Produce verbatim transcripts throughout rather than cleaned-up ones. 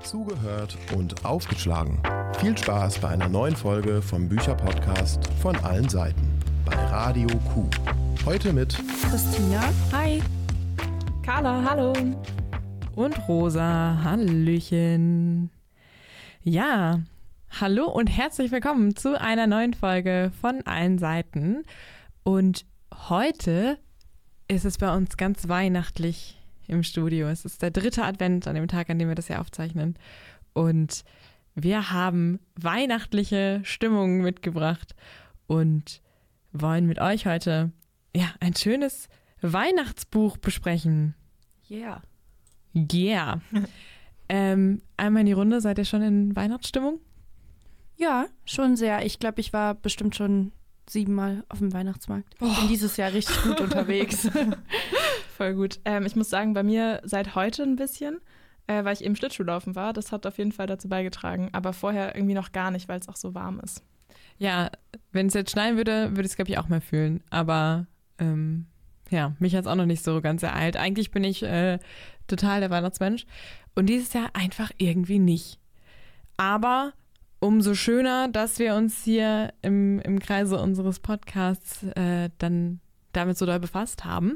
Zugehört und aufgeschlagen. Viel Spaß bei einer neuen Folge vom Bücherpodcast von allen Seiten bei Radio Q. Heute mit Christina, hi. Carla, hallo. Und Rosa, hallöchen. Ja, hallo und herzlich willkommen zu einer neuen Folge von allen Seiten. Und heute ist es bei uns ganz weihnachtlich im Studio. Es ist der dritte Advent an dem Tag, an dem wir das hier aufzeichnen. Und wir haben weihnachtliche Stimmung mitgebracht und wollen mit euch heute ja, ein schönes Weihnachtsbuch besprechen. Yeah. Yeah. ähm, einmal in die Runde, seid ihr schon in Weihnachtsstimmung? Ja, schon sehr. Ich glaube, ich war bestimmt schon siebenmal auf dem Weihnachtsmarkt. Ich bin dieses Jahr richtig gut unterwegs. Voll gut. Ähm, ich muss sagen, bei mir seit heute ein bisschen, äh, weil ich eben Schlittschuhlaufen war. Das hat auf jeden Fall dazu beigetragen. Aber vorher irgendwie noch gar nicht, weil es auch so warm ist. Ja, wenn es jetzt schneien würde, würde ich es, glaube ich, auch mal fühlen. Aber ähm, ja, mich hat es auch noch nicht so ganz ereilt. Eigentlich bin ich äh, total der Weihnachtsmensch. Und dieses Jahr einfach irgendwie nicht. Aber umso schöner, dass wir uns hier im, im Kreise unseres Podcasts äh, dann damit so doll befasst haben.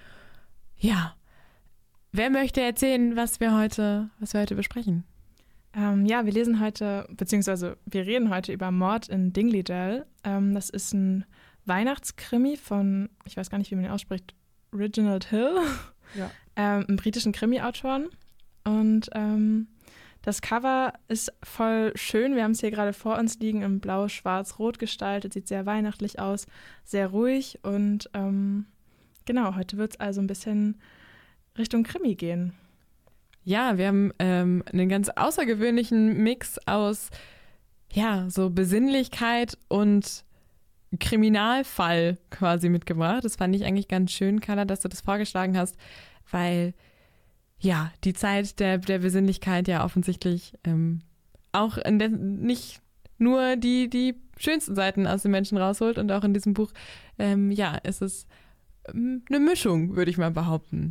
Ja, wer möchte erzählen, was wir heute, was wir heute besprechen? Ähm, ja, wir lesen heute, beziehungsweise wir reden heute über Mord in Dingley-Dell. Ähm, das ist ein Weihnachtskrimi von, ich weiß gar nicht, wie man ihn ausspricht, Reginald Hill, Ja. ähm, einem britischen Krimi-Autoren. Und ähm, das Cover ist voll schön. Wir haben es hier gerade vor uns liegen, in blau, schwarz, rot gestaltet. Sieht sehr weihnachtlich aus, sehr ruhig. Und ähm, genau, heute wird es also ein bisschen Richtung Krimi gehen. Ja, wir haben ähm, einen ganz außergewöhnlichen Mix aus ja, so Besinnlichkeit und Kriminalfall quasi mitgebracht. Das fand ich eigentlich ganz schön, Carla, dass du das vorgeschlagen hast, weil ja, die Zeit der, der Besinnlichkeit ja offensichtlich ähm, auch in der, nicht nur die, die schönsten Seiten aus den Menschen rausholt und auch in diesem Buch, ähm, ja, ist es ähm, eine Mischung, würde ich mal behaupten.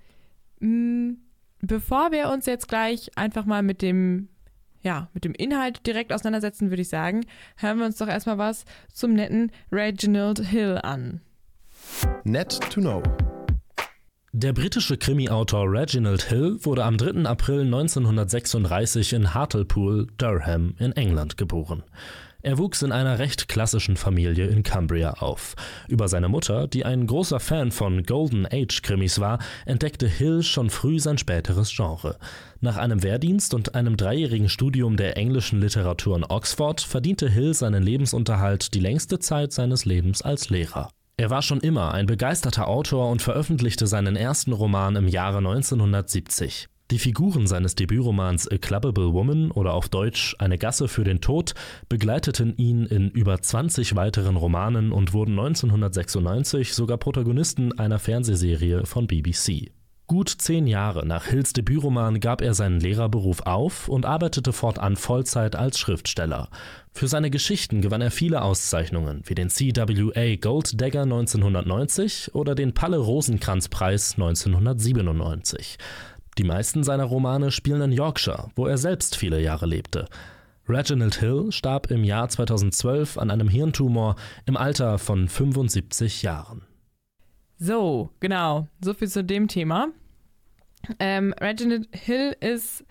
Mm, bevor wir uns jetzt gleich einfach mal mit dem, ja, mit dem Inhalt direkt auseinandersetzen, würde ich sagen, hören wir uns doch erstmal was zum netten Reginald Hill an. Net to Know. Der britische Krimi-Autor Reginald Hill wurde am dritten April neunzehnhundertsechsunddreißig in Hartlepool, Durham in England geboren. Er wuchs in einer recht klassischen Familie in Cumbria auf. Über seine Mutter, die ein großer Fan von Golden-Age-Krimis war, entdeckte Hill schon früh sein späteres Genre. Nach einem Wehrdienst und einem dreijährigen Studium der englischen Literatur in Oxford verdiente Hill seinen Lebensunterhalt die längste Zeit seines Lebens als Lehrer. Er war schon immer ein begeisterter Autor und veröffentlichte seinen ersten Roman im Jahre neunzehnhundertsiebzig. Die Figuren seines Debütromans A Clubbable Woman oder auf Deutsch Eine Gasse für den Tod begleiteten ihn in über zwanzig weiteren Romanen und wurden neunzehnhundertsechsundneunzig sogar Protagonisten einer Fernsehserie von B B C. Gut zehn Jahre nach Hills Debütroman gab er seinen Lehrerberuf auf und arbeitete fortan Vollzeit als Schriftsteller. Für seine Geschichten gewann er viele Auszeichnungen, wie den C W A Gold Dagger neunzehnhundertneunzig oder den Palle-Rosenkranz-Preis neunzehnhundertsiebenundneunzig. Die meisten seiner Romane spielen in Yorkshire, wo er selbst viele Jahre lebte. Reginald Hill starb im Jahr zweitausendzwölf an einem Hirntumor im Alter von fünfundsiebzig Jahren. So, genau, so viel zu dem Thema. Ähm, Reginald Hill ist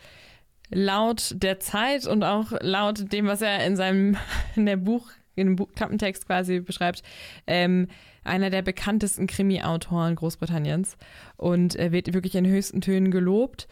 laut der Zeit und auch laut dem, was er in seinem in der Buch, in dem Buch, Klappentext quasi beschreibt, ähm, einer der bekanntesten Krimi-Autoren Großbritanniens und er wird wirklich in höchsten Tönen gelobt.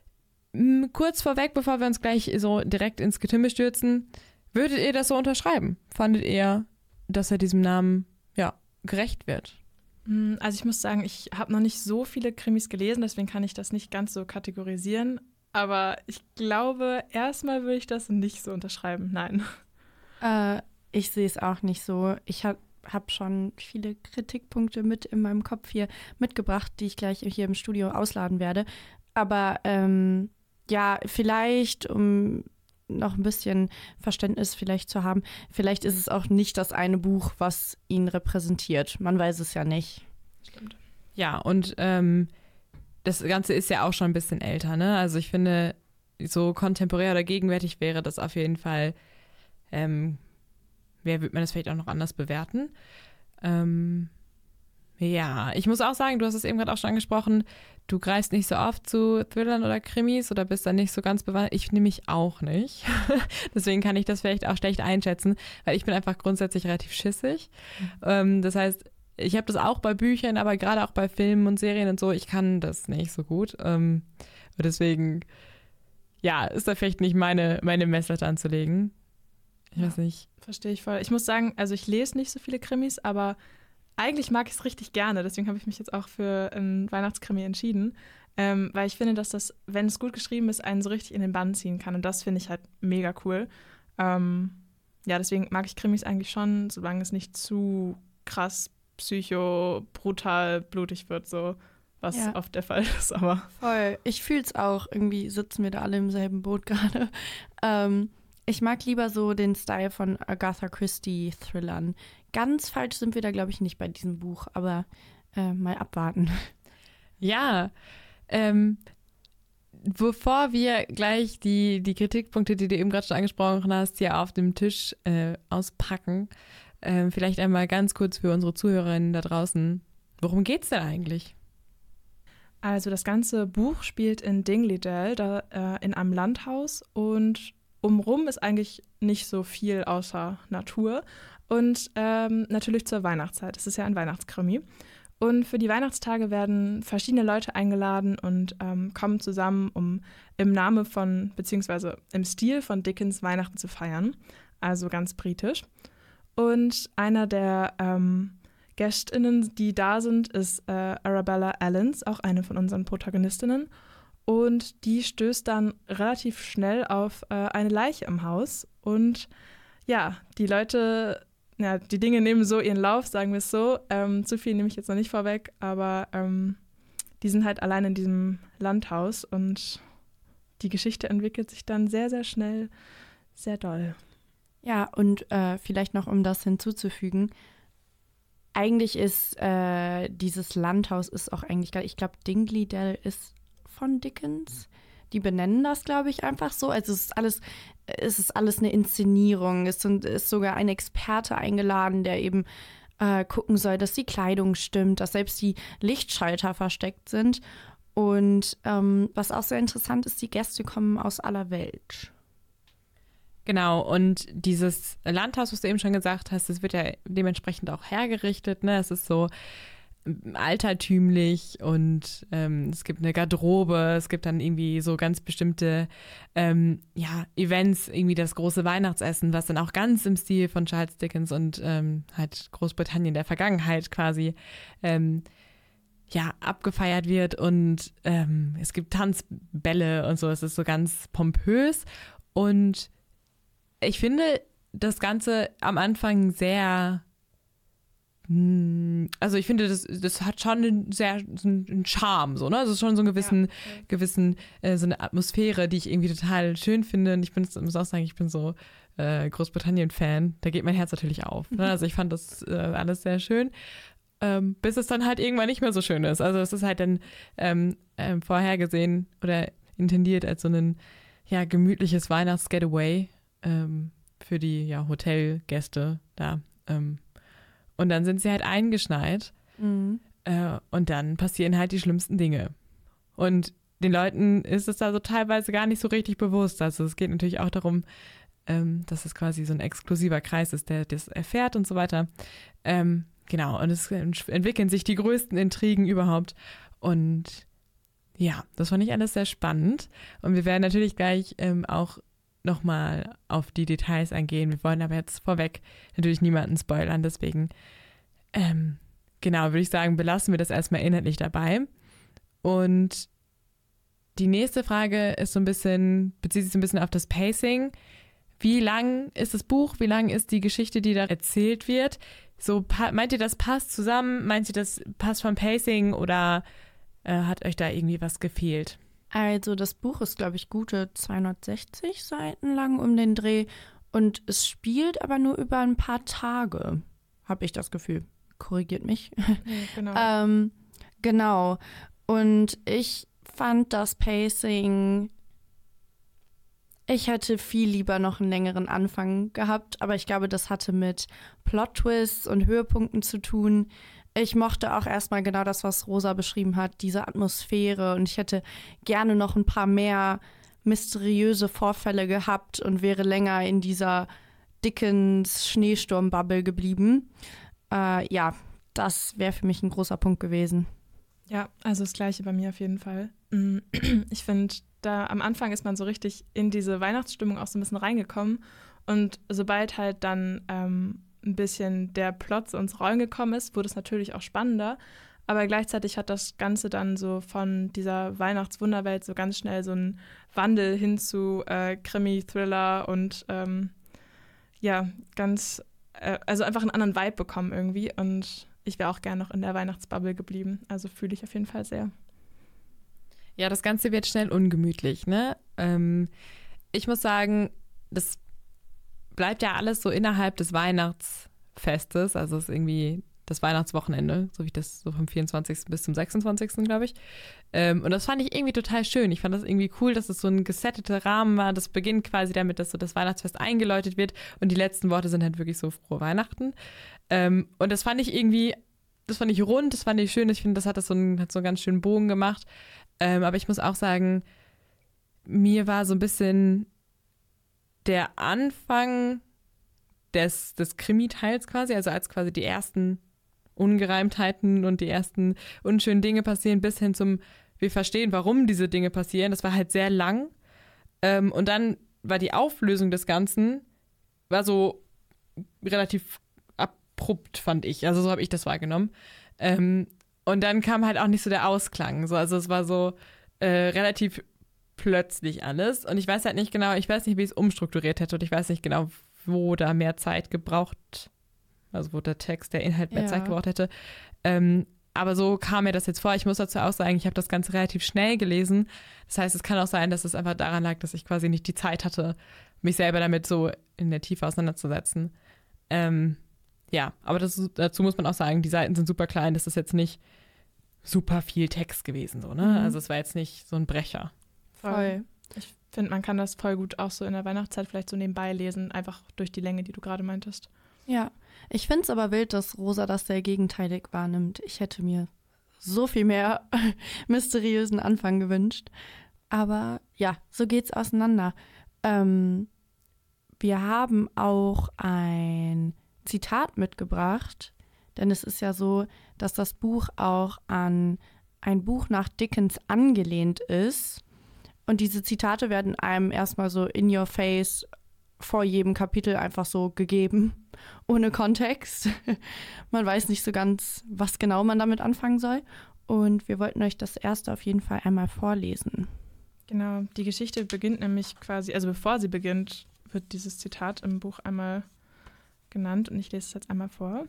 M, kurz vorweg, bevor wir uns gleich so direkt ins Getümmel stürzen, würdet ihr das so unterschreiben? Fandet ihr, dass er diesem Namen ja gerecht wird? Also ich muss sagen, ich habe noch nicht so viele Krimis gelesen, deswegen kann ich das nicht ganz so kategorisieren. Aber ich glaube, erstmal würde ich das nicht so unterschreiben. Nein. Äh, ich sehe es auch nicht so. Ich habe hab schon viele Kritikpunkte mit in meinem Kopf hier mitgebracht, die ich gleich hier im Studio ausladen werde. Aber ähm, ja, vielleicht, um noch ein bisschen Verständnis vielleicht zu haben, vielleicht ist es auch nicht das eine Buch, was ihn repräsentiert. Man weiß es ja nicht. Stimmt. Ja, und ähm, das Ganze ist ja auch schon ein bisschen älter, ne? Also ich finde, so kontemporär oder gegenwärtig wäre das auf jeden Fall, ähm, wer würde man das vielleicht auch noch anders bewerten? Ähm, ja, ich muss auch sagen, du hast es eben gerade auch schon angesprochen, du greifst nicht so oft zu Thrillern oder Krimis oder bist da nicht so ganz bewandert. Ich nämlich auch nicht. Deswegen kann ich das vielleicht auch schlecht einschätzen, weil ich bin einfach grundsätzlich relativ schissig. Mhm. Ähm, das heißt, ich habe das auch bei Büchern, aber gerade auch bei Filmen und Serien und so, ich kann das nicht so gut. Ähm, und deswegen, ja, ist da vielleicht nicht meine, meine Messlatte anzulegen. Ich ja, weiß nicht. Verstehe ich voll. Ich muss sagen, also ich lese nicht so viele Krimis, aber eigentlich mag ich es richtig gerne. Deswegen habe ich mich jetzt auch für einen Weihnachtskrimi entschieden. Ähm, weil ich finde, dass das, wenn es gut geschrieben ist, einen so richtig in den Bann ziehen kann. Und das finde ich halt mega cool. Ähm, ja, deswegen mag ich Krimis eigentlich schon, solange es nicht zu krass psycho, brutal, blutig wird, so was ja. oft der Fall ist. Aber voll. Ich fühle es auch. Irgendwie sitzen wir da alle im selben Boot gerade. Ähm, ich mag lieber so den Style von Agatha Christie-Thrillern. Ganz falsch sind wir da, glaube ich, nicht bei diesem Buch, aber äh, mal abwarten. Ja, ähm, bevor wir gleich die, die Kritikpunkte, die du eben gerade schon angesprochen hast, hier auf dem Tisch äh, auspacken, äh, vielleicht einmal ganz kurz für unsere Zuhörerinnen da draußen, worum geht's denn eigentlich? Also das ganze Buch spielt in Dingley-Dell, da, äh, in einem Landhaus, und umrum ist eigentlich nicht so viel außer Natur. Und ähm, natürlich zur Weihnachtszeit. Es ist ja ein Weihnachtskrimi. Und für die Weihnachtstage werden verschiedene Leute eingeladen und ähm, kommen zusammen, um im Namen von, beziehungsweise im Stil von Dickens Weihnachten zu feiern. Also ganz britisch. Und einer der ähm, GästInnen, die da sind, ist äh, Arabella Allens, auch eine von unseren Protagonistinnen. Und die stößt dann relativ schnell auf äh, eine Leiche im Haus. Und ja, die Leute... Ja, die Dinge nehmen so ihren Lauf, sagen wir es so. Ähm, zu viel nehme ich jetzt noch nicht vorweg, aber ähm, die sind halt allein in diesem Landhaus und die Geschichte entwickelt sich dann sehr, sehr schnell, sehr doll. Ja, und äh, vielleicht noch, um das hinzuzufügen, eigentlich ist äh, dieses Landhaus ist auch eigentlich, ich glaube, Dingley-Dell ist von Dickens. Die benennen das, glaube ich, einfach so. Also es ist alles, es ist alles eine Inszenierung. Es sind, ist sogar ein Experte eingeladen, der eben äh, gucken soll, dass die Kleidung stimmt, dass selbst die Lichtschalter versteckt sind. Und ähm, was auch sehr interessant ist, die Gäste kommen aus aller Welt. Genau, und dieses Landhaus, was du eben schon gesagt hast, das wird ja dementsprechend auch hergerichtet. Ne? Es ist so altertümlich und ähm, es gibt eine Garderobe, es gibt dann irgendwie so ganz bestimmte ähm, ja, Events, irgendwie das große Weihnachtsessen, was dann auch ganz im Stil von Charles Dickens und ähm, halt Großbritannien der Vergangenheit quasi ähm, ja, abgefeiert wird, und ähm, es gibt Tanzbälle und so, es ist so ganz pompös, und ich finde das Ganze am Anfang sehr Also ich finde, das, das hat schon einen sehr einen Charme, so, ne? Also schon so einen gewissen, ja, okay. gewissen äh, so eine Atmosphäre, die ich irgendwie total schön finde. Und ich bin, muss auch sagen, ich bin so äh, Großbritannien-Fan. Da geht mein Herz natürlich auf. Ne? Also ich fand das äh, alles sehr schön, ähm, bis es dann halt irgendwann nicht mehr so schön ist. Also es ist halt dann ähm, äh, vorhergesehen oder intendiert als so ein ja, gemütliches Weihnachts-Getaway ähm, für die ja, Hotelgäste da. Ähm, Und dann sind sie halt eingeschneit mhm. äh, und dann passieren halt die schlimmsten Dinge. Und den Leuten ist es da so teilweise gar nicht so richtig bewusst. Also es geht natürlich auch darum, ähm, dass es quasi so ein exklusiver Kreis ist, der das erfährt und so weiter. Ähm, genau, und es entwickeln sich die größten Intrigen überhaupt. Und ja, das fand ich alles sehr spannend. Und wir werden natürlich gleich ähm, auch nochmal auf die Details eingehen. Wir wollen aber jetzt vorweg natürlich niemanden spoilern, deswegen ähm, genau, würde ich sagen, belassen wir das erstmal inhaltlich dabei. Und die nächste Frage ist so ein bisschen, bezieht sich so ein bisschen auf das Pacing. Wie lang ist das Buch? Wie lang ist die Geschichte, die da erzählt wird? So, meint ihr, das passt zusammen? Meint ihr, das passt vom Pacing, oder äh, hat euch da irgendwie was gefehlt? Also das Buch ist, glaube ich, gute zweihundertsechzig Seiten lang um den Dreh, und es spielt aber nur über ein paar Tage, habe ich das Gefühl. Korrigiert mich. Ja, genau. ähm, genau. Und ich fand das Pacing Ich hätte viel lieber noch einen längeren Anfang gehabt, aber ich glaube, das hatte mit Plot-Twists und Höhepunkten zu tun. Ich mochte auch erstmal genau das, was Rosa beschrieben hat, diese Atmosphäre, und ich hätte gerne noch ein paar mehr mysteriöse Vorfälle gehabt und wäre länger in dieser Dickens-Schneesturm-Bubble geblieben. Äh, ja, das wäre für mich ein großer Punkt gewesen. Ja, also das Gleiche bei mir auf jeden Fall. Ich finde, da am Anfang ist man so richtig in diese Weihnachtsstimmung auch so ein bisschen reingekommen. Und sobald halt dann ähm, ein bisschen der Plot so ins Rollen gekommen ist, wurde es natürlich auch spannender. Aber gleichzeitig hat das Ganze dann so von dieser Weihnachtswunderwelt so ganz schnell so einen Wandel hin zu äh, Krimi, Thriller und ähm, ja, ganz, äh, also einfach einen anderen Vibe bekommen irgendwie. Und ich wäre auch gerne noch in der Weihnachtsbubble geblieben. Also fühle ich auf jeden Fall sehr. Ja, das Ganze wird schnell ungemütlich, ne? Ähm, ich muss sagen, das bleibt ja alles so innerhalb des Weihnachtsfestes. Also es ist irgendwie das Weihnachtswochenende, so wie das so vom vierundzwanzigsten bis zum sechsundzwanzigsten, glaube ich. Ähm, und das fand ich irgendwie total schön. Ich fand das irgendwie cool, dass es so ein gesetteter Rahmen war. Das beginnt quasi damit, dass so das Weihnachtsfest eingeläutet wird und die letzten Worte sind halt wirklich so frohe Weihnachten. Ähm, und das fand ich irgendwie, das fand ich rund, das fand ich schön. Ich finde, das hat das so einen, hat so einen ganz schönen Bogen gemacht. Ähm, aber ich muss auch sagen, mir war so ein bisschen der Anfang des, des Krimi-Teils quasi, also als quasi die ersten Ungereimtheiten und die ersten unschönen Dinge passieren, bis hin zum, wir verstehen, warum diese Dinge passieren. Das war halt sehr lang. Ähm, und dann war die Auflösung des Ganzen, war so relativ abrupt, fand ich. Also so habe ich das wahrgenommen. Ähm, und dann kam halt auch nicht so der Ausklang. So, also es war so äh, relativ plötzlich alles. Und ich weiß halt nicht genau, ich weiß nicht, wie ich es umstrukturiert hätte und ich weiß nicht genau, wo da mehr Zeit gebraucht, also wo der Text, der Inhalt mehr Ja. Zeit gebraucht hätte. Ähm, aber so kam mir das jetzt vor. Ich muss dazu auch sagen, ich habe das Ganze relativ schnell gelesen. Das heißt, es kann auch sein, dass es einfach daran lag, dass ich quasi nicht die Zeit hatte, mich selber damit so in der Tiefe auseinanderzusetzen. Ähm, ja, aber das, dazu muss man auch sagen, die Seiten sind super klein. Das ist jetzt nicht super viel Text gewesen. So, ne? Mhm. Also es war jetzt nicht so ein Brecher. Voll. Ich finde, man kann das voll gut auch so in der Weihnachtszeit vielleicht so nebenbei lesen, einfach durch die Länge, die du gerade meintest. Ja, ich finde es aber wild, dass Rosa das sehr gegenteilig wahrnimmt. Ich hätte mir so viel mehr mysteriösen Anfang gewünscht. Aber ja, so geht's auseinander. Ähm, wir haben auch ein Zitat mitgebracht, denn es ist ja so, dass das Buch auch an ein Buch nach Dickens angelehnt ist. Und diese Zitate werden einem erstmal so in your face vor jedem Kapitel einfach so gegeben, ohne Kontext. Man weiß nicht so ganz, was genau man damit anfangen soll. Und wir wollten euch das erste auf jeden Fall einmal vorlesen. Genau, die Geschichte beginnt nämlich quasi, also bevor sie beginnt, wird dieses Zitat im Buch einmal genannt und ich lese es jetzt einmal vor.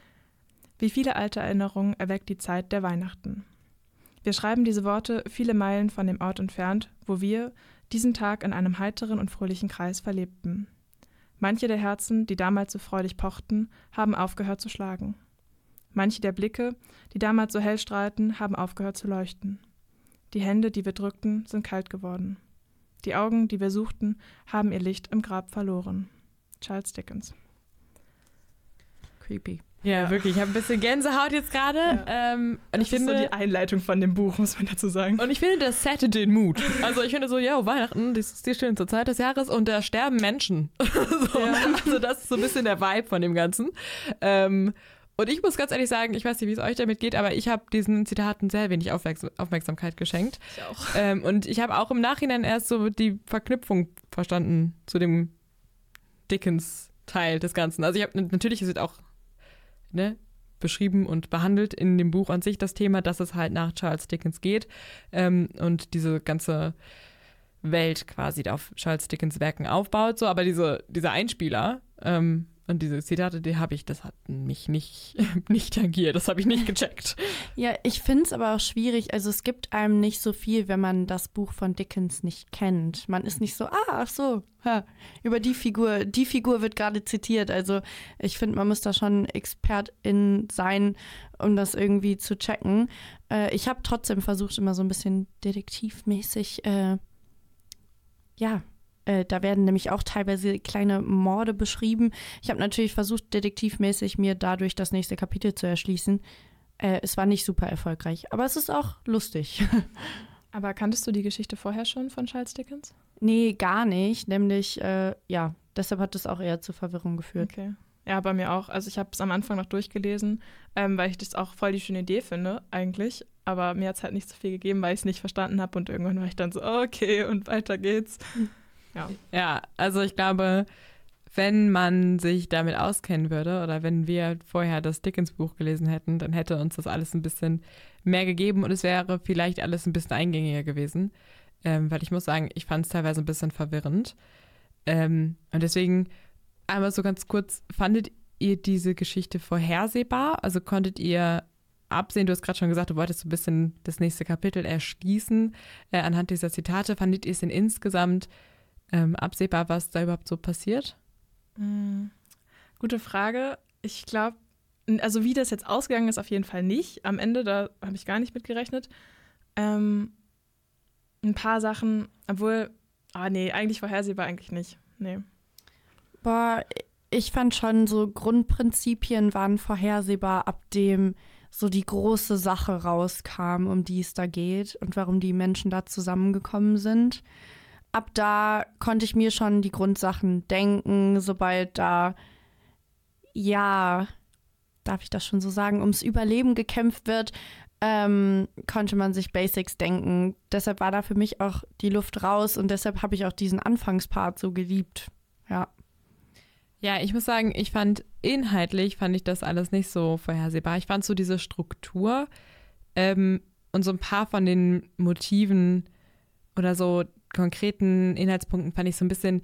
Wie viele alte Erinnerungen erweckt die Zeit der Weihnachten. Wir schreiben diese Worte viele Meilen von dem Ort entfernt, wo wir diesen Tag in einem heiteren und fröhlichen Kreis verlebten. Manche der Herzen, die damals so freudig pochten, haben aufgehört zu schlagen. Manche der Blicke, die damals so hell strahlten, haben aufgehört zu leuchten. Die Hände, die wir drückten, sind kalt geworden. Die Augen, die wir suchten, haben ihr Licht im Grab verloren. Charles Dickens. Creepy. Ja, Ja. wirklich. Ich habe ein bisschen Gänsehaut jetzt gerade. Ja. Ähm, und Das ich finde, ist so die Einleitung von dem Buch, muss man dazu sagen. und ich finde, das settet den Mut. Also ich finde so, ja, Weihnachten, das ist die schönste Zeit des Jahres und da sterben Menschen. so, Ja. Also das ist so ein bisschen der Vibe von dem Ganzen. Ähm, und ich muss ganz ehrlich sagen, ich weiß nicht, wie es euch damit geht, aber ich habe diesen Zitaten sehr wenig Aufmerksam- Aufmerksamkeit geschenkt. Ich auch. Ähm, und ich habe auch im Nachhinein erst so die Verknüpfung verstanden zu dem Dickens-Teil des Ganzen. Also ich habe natürlich ist es auch ne, beschrieben und behandelt in dem Buch an sich das Thema, dass es halt nach Charles Dickens geht ähm, und diese ganze Welt quasi auf Charles Dickens Werken aufbaut. So, aber diese, diese Einspieler ähm, und diese Zitate, die habe ich, das hat mich nicht, nicht tangiert, das habe ich nicht gecheckt. Ja, ich finde es aber auch schwierig. Also es gibt einem nicht so viel, wenn man das Buch von Dickens nicht kennt. Man ist nicht so, ah, ach so, ha, über die Figur, die Figur wird gerade zitiert. Also ich finde, man muss da schon Expertin sein, um das irgendwie zu checken. Äh, ich habe trotzdem versucht, immer so ein bisschen detektivmäßig, äh, ja, Äh, da werden nämlich auch teilweise kleine Morde beschrieben. Ich habe natürlich versucht, detektivmäßig mir dadurch das nächste Kapitel zu erschließen. Äh, es war nicht super erfolgreich, aber es ist auch lustig. Aber kanntest du die Geschichte vorher schon von Charles Dickens? Nee, gar nicht. Nämlich, äh, ja, deshalb hat es auch eher zur Verwirrung geführt. Okay. Ja, bei mir auch. Also ich habe es am Anfang noch durchgelesen, ähm, weil ich das auch voll die schöne Idee finde, eigentlich. Aber mir hat es halt nicht so viel gegeben, weil ich es nicht verstanden habe. Und irgendwann war ich dann so, okay, und weiter geht's. Ja. Ja, also ich glaube, wenn man sich damit auskennen würde oder wenn wir vorher das Dickens-Buch gelesen hätten, dann hätte uns das alles ein bisschen mehr gegeben und es wäre vielleicht alles ein bisschen eingängiger gewesen. Ähm, weil ich muss sagen, ich fand es teilweise ein bisschen verwirrend. Ähm, und deswegen einmal so ganz kurz, fandet ihr diese Geschichte vorhersehbar? Also konntet ihr absehen, du hast gerade schon gesagt, du wolltest so ein bisschen das nächste Kapitel erschließen äh, anhand dieser Zitate. Fandet ihr es denn insgesamt ähm, absehbar, was da überhaupt so passiert? Mhm. Gute Frage. Ich glaube, also wie das jetzt ausgegangen ist, auf jeden Fall nicht. Am Ende, da habe ich gar nicht mit gerechnet. Ähm, ein paar Sachen, obwohl, ah nee, eigentlich vorhersehbar eigentlich nicht. Nee. Boah, ich fand schon so Grundprinzipien waren vorhersehbar, ab dem so die große Sache rauskam, um die es da geht und warum die Menschen da zusammengekommen sind. Ab da konnte ich mir schon die Grundsachen denken, sobald da, ja, darf ich das schon so sagen, ums Überleben gekämpft wird, ähm, konnte man sich Basics denken. Deshalb war da für mich auch die Luft raus und deshalb habe ich auch diesen Anfangspart so geliebt. Ja. Ja, ich muss sagen, ich fand inhaltlich, fand ich das alles nicht so vorhersehbar. Ich fand so diese Struktur ähm, und so ein paar von den Motiven oder so konkreten Inhaltspunkten fand ich so ein bisschen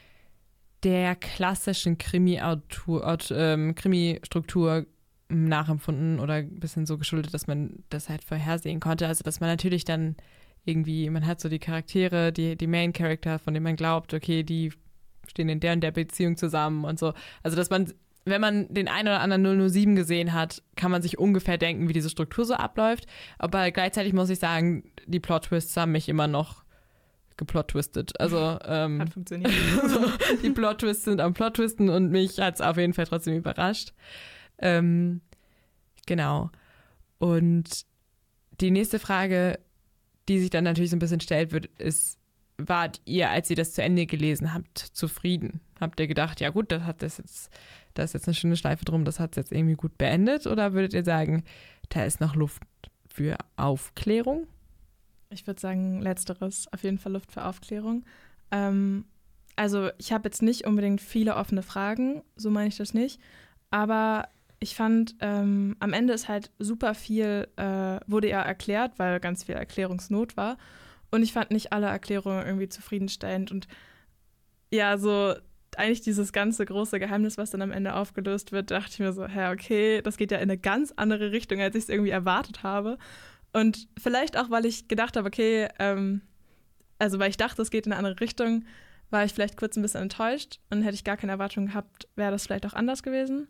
der klassischen Krimi-Autor, ähm, Krimi-Struktur nachempfunden oder ein bisschen so geschuldet, dass man das halt vorhersehen konnte. Also, dass man natürlich dann irgendwie, man hat so die Charaktere, die, die Main-Character, von denen man glaubt, okay, die stehen in der und der Beziehung zusammen und so. Also, dass man, wenn man den einen oder anderen null null sieben gesehen hat, kann man sich ungefähr denken, wie diese Struktur so abläuft. Aber gleichzeitig muss ich sagen, die Plot-Twists haben mich immer noch geplot-twistet. Also, ähm, hat funktioniert. so, die Plot-Twists sind am Plot-Twisten und mich hat es auf jeden Fall trotzdem überrascht. Ähm, genau. Und die nächste Frage, die sich dann natürlich so ein bisschen stellt wird, ist, wart ihr, als ihr das zu Ende gelesen habt, zufrieden? Habt ihr gedacht, ja gut, das hat das jetzt, da ist jetzt eine schöne Schleife drum, das hat es jetzt irgendwie gut beendet? Oder würdet ihr sagen, da ist noch Luft für Aufklärung? Ich würde sagen, letzteres, auf jeden Fall Luft für Aufklärung. Ähm, also ich habe jetzt nicht unbedingt viele offene Fragen, so meine ich das nicht, aber ich fand, ähm, am Ende ist halt super viel, äh, wurde ja erklärt, weil ganz viel Erklärungsnot war. Und ich fand nicht alle Erklärungen irgendwie zufriedenstellend. Und ja, so eigentlich dieses ganze große Geheimnis, was dann am Ende aufgelöst wird, dachte ich mir so, hä, okay, das geht ja in eine ganz andere Richtung, als ich es irgendwie erwartet habe. Und vielleicht auch, weil ich gedacht habe, okay, ähm, also weil ich dachte, es geht in eine andere Richtung, war ich vielleicht kurz ein bisschen enttäuscht und hätte ich gar keine Erwartung gehabt, wäre das vielleicht auch anders gewesen.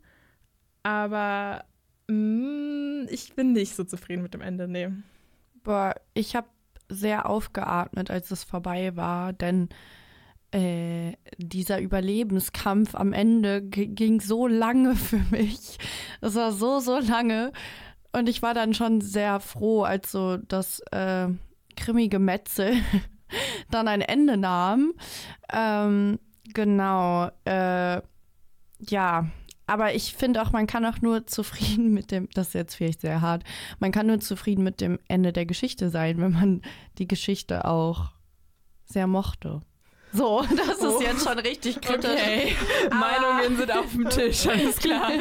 Aber mh, ich bin nicht so zufrieden mit dem Ende, nee. Boah, ich habe sehr aufgeatmet, als es vorbei war, denn äh, dieser Überlebenskampf am Ende g- ging so lange für mich. Das war so, so lange. Und ich war dann schon sehr froh, als so das äh, Krimi-Gemetzel dann ein Ende nahm. Ähm, genau. Äh, ja, aber ich finde auch, man kann auch nur zufrieden mit dem, das ist jetzt vielleicht sehr hart, man kann nur zufrieden mit dem Ende der Geschichte sein, wenn man die Geschichte auch sehr mochte. So, das Oh. ist jetzt schon richtig kritisch. Okay, Meinungen sind auf dem Tisch, alles klar.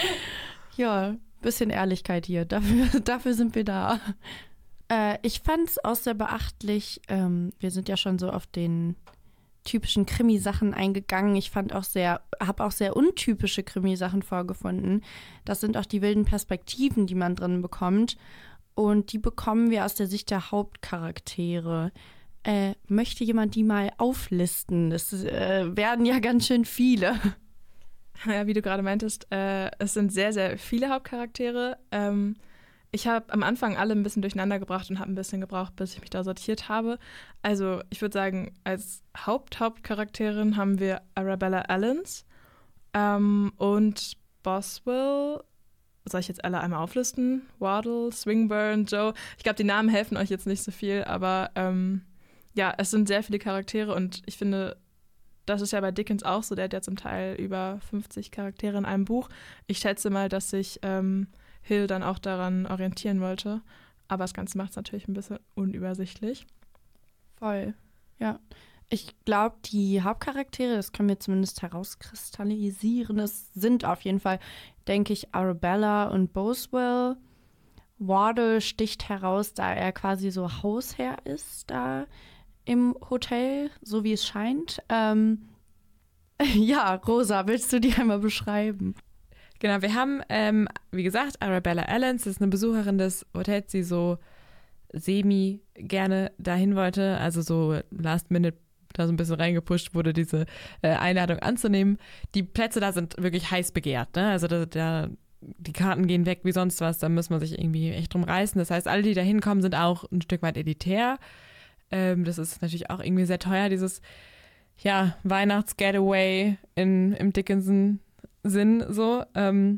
Ja, bisschen Ehrlichkeit hier, dafür, dafür sind wir da. Äh, ich fand es auch sehr beachtlich, ähm, wir sind ja schon so auf den typischen Krimi-Sachen eingegangen. Ich fand auch sehr, habe auch sehr untypische Krimi-Sachen vorgefunden. Das sind auch die wilden Perspektiven, die man drin bekommt. Und die bekommen wir aus der Sicht der Hauptcharaktere. Äh, möchte jemand die mal auflisten? Das äh, werden ja ganz schön viele. Ja, wie du gerade meintest, äh, es sind sehr, sehr viele Hauptcharaktere. Ähm, ich habe am Anfang alle ein bisschen durcheinander gebracht und habe ein bisschen gebraucht, bis ich mich da sortiert habe. Also ich würde sagen, als Haupt-Hauptcharakterin haben wir Arabella Allens ähm, und Boswell. Soll ich jetzt alle einmal auflisten? Wardle, Swinburne, Joe. Ich glaube, die Namen helfen euch jetzt nicht so viel, aber ähm, ja, es sind sehr viele Charaktere und ich finde, das ist ja bei Dickens auch so. Der hat ja zum Teil über fünfzig Charaktere in einem Buch. Ich schätze mal, dass sich ähm, Hill dann auch daran orientieren wollte. Aber das Ganze macht es natürlich ein bisschen unübersichtlich. Voll, ja. Ich glaube, die Hauptcharaktere, das können wir zumindest herauskristallisieren, das sind auf jeden Fall, denke ich, Arabella und Boswell. Wardle sticht heraus, da er quasi so Hausherr ist da im Hotel, so wie es scheint. Ähm, ja, Rosa, willst du die einmal beschreiben? Genau, wir haben, ähm, wie gesagt, Arabella Allens, das ist eine Besucherin des Hotels, die so semi gerne dahin wollte, also so last minute da so ein bisschen reingepusht wurde, diese äh, Einladung anzunehmen. Die Plätze da sind wirklich heiß begehrt, ne? Also da, da, die Karten gehen weg wie sonst was, da muss man sich irgendwie echt drum reißen. Das heißt, alle, die da hinkommen, sind auch ein Stück weit elitär. Ähm, das ist natürlich auch irgendwie sehr teuer, dieses ja, Weihnachts-Getaway in, im Dickinson-Sinn so. Ähm,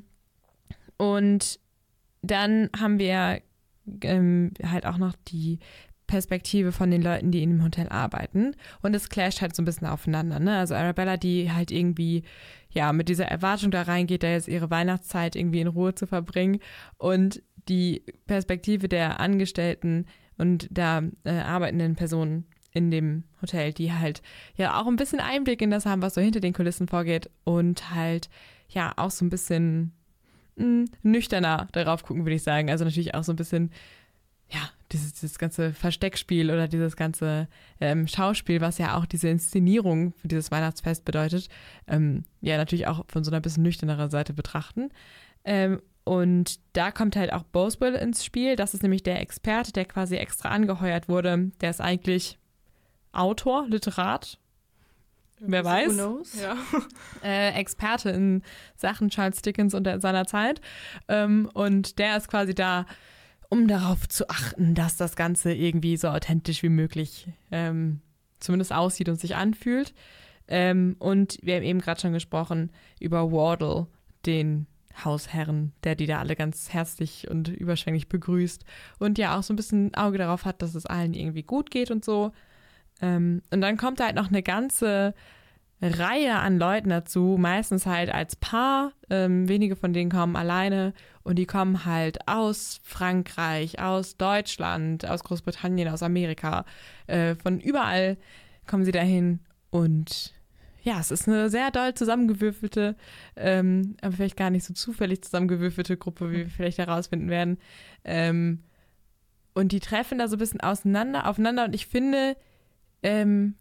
und dann haben wir ähm, halt auch noch die Perspektive von den Leuten, die in dem Hotel arbeiten. Und es clasht halt so ein bisschen aufeinander. Ne? Also Arabella, die halt irgendwie ja mit dieser Erwartung da reingeht, da jetzt ihre Weihnachtszeit irgendwie in Ruhe zu verbringen. Und die Perspektive der Angestellten und da äh, arbeitenden Personen in dem Hotel, die halt ja auch ein bisschen Einblick in das haben, was so hinter den Kulissen vorgeht und halt ja auch so ein bisschen mh, nüchterner darauf gucken, würde ich sagen. Also natürlich auch so ein bisschen, ja, dieses, dieses ganze Versteckspiel oder dieses ganze ähm, Schauspiel, was ja auch diese Inszenierung für dieses Weihnachtsfest bedeutet, ähm, ja natürlich auch von so einer bisschen nüchterneren Seite betrachten. Ähm, Und da kommt halt auch Boswell ins Spiel. Das ist nämlich der Experte, der quasi extra angeheuert wurde. Der ist eigentlich Autor, Literat, wer weiß. Who knows? Ja. Äh, Experte in Sachen Charles Dickens und seiner Zeit. Ähm, und der ist quasi da, um darauf zu achten, dass das Ganze irgendwie so authentisch wie möglich ähm, zumindest aussieht und sich anfühlt. Ähm, und wir haben eben gerade schon gesprochen über Wardle, den Hausherren, der die da alle ganz herzlich und überschwänglich begrüßt und ja auch so ein bisschen Auge darauf hat, dass es allen irgendwie gut geht und so. Ähm, und dann kommt halt noch eine ganze Reihe an Leuten dazu, meistens halt als Paar. Ähm, wenige von denen kommen alleine und die kommen halt aus Frankreich, aus Deutschland, aus Großbritannien, aus Amerika. Äh, von überall kommen sie dahin und ja, es ist eine sehr doll zusammengewürfelte, ähm, aber vielleicht gar nicht so zufällig zusammengewürfelte Gruppe, wie wir vielleicht herausfinden werden. Ähm, und die treffen da so ein bisschen auseinander, aufeinander und ich finde, ähm,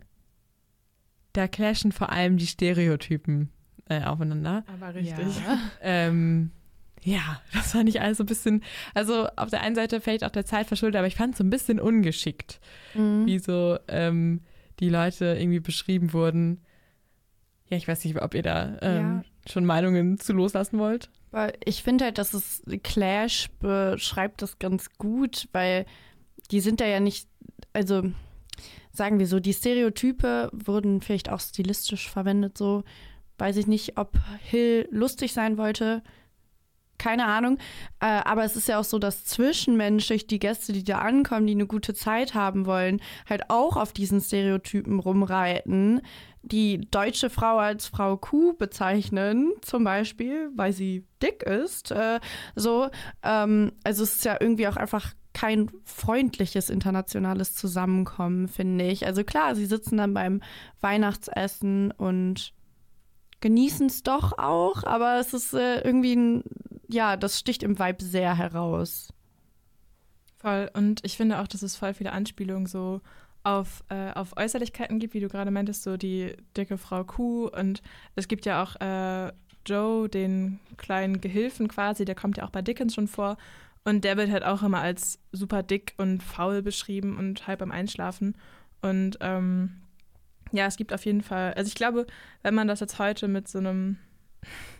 da clashen vor allem die Stereotypen äh, aufeinander. Aber richtig. Ja. Ähm, ja, das fand ich alles so ein bisschen, also auf der einen Seite vielleicht auch der Zeit verschuldet, aber ich fand es so ein bisschen ungeschickt, Mhm. wie so ähm, die Leute irgendwie beschrieben wurden. Ja, ich weiß nicht, ob ihr da ähm, schon Meinungen zu loslassen wollt. Weil ich finde halt, dass es Clash beschreibt das ganz gut, weil die sind da ja nicht, also sagen wir so, die Stereotype wurden vielleicht auch stilistisch verwendet, so weiß ich nicht, ob Hill lustig sein wollte, keine Ahnung, äh, aber es ist ja auch so, dass zwischenmenschlich die Gäste, die da ankommen, die eine gute Zeit haben wollen, halt auch auf diesen Stereotypen rumreiten, die deutsche Frau als Frau Kuh bezeichnen, zum Beispiel, weil sie dick ist, äh, so, ähm, also es ist ja irgendwie auch einfach kein freundliches internationales Zusammenkommen, finde ich. Also klar, sie sitzen dann beim Weihnachtsessen und genießen es doch auch, aber es ist äh, irgendwie ein, ja, das sticht im Vibe sehr heraus. Voll. Und ich finde auch, dass es voll viele Anspielungen so auf, äh, auf Äußerlichkeiten gibt, wie du gerade meintest, so die dicke Frau Kuh. Und es gibt ja auch äh, Joe, den kleinen Gehilfen quasi, der kommt ja auch bei Dickens schon vor. Und der wird halt auch immer als super dick und faul beschrieben und halb am Einschlafen. Und ähm, ja, es gibt auf jeden Fall, also ich glaube, wenn man das jetzt heute mit so einem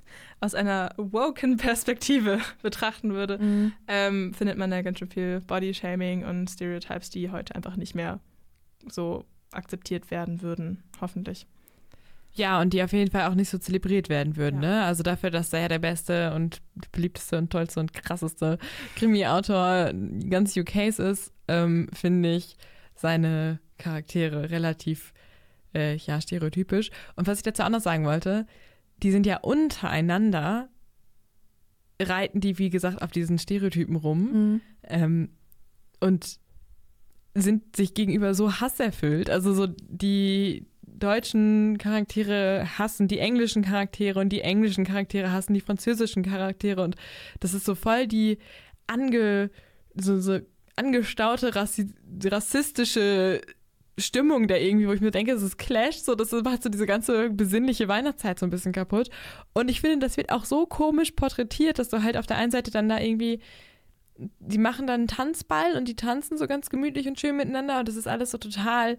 aus einer woken Perspektive betrachten würde, Mhm. ähm, findet man da ganz schön viel Body-Shaming und Stereotypes, die heute einfach nicht mehr so akzeptiert werden würden, hoffentlich. Ja, und die auf jeden Fall auch nicht so zelebriert werden würden, Ja. ne? Also dafür, dass er ja der beste und beliebteste und tollste und krasseste Krimi-Autor ganz U Ks ist, ähm, finde ich seine Charaktere relativ äh, ja, stereotypisch. Und was ich dazu auch noch sagen wollte, die sind ja untereinander, reiten die, wie gesagt, auf diesen Stereotypen rum Mhm. ähm, und sind sich gegenüber so hasserfüllt. Also so die deutschen Charaktere hassen die englischen Charaktere und die englischen Charaktere hassen die französischen Charaktere und das ist so voll die ange, so, so angestaute rassi rassistische Stimmung da irgendwie, wo ich mir denke, es ist Clash, so, das macht so diese ganze besinnliche Weihnachtszeit so ein bisschen kaputt. Und ich finde, das wird auch so komisch porträtiert, dass du halt auf der einen Seite dann da irgendwie, die machen dann einen Tanzball und die tanzen so ganz gemütlich und schön miteinander und das ist alles so total,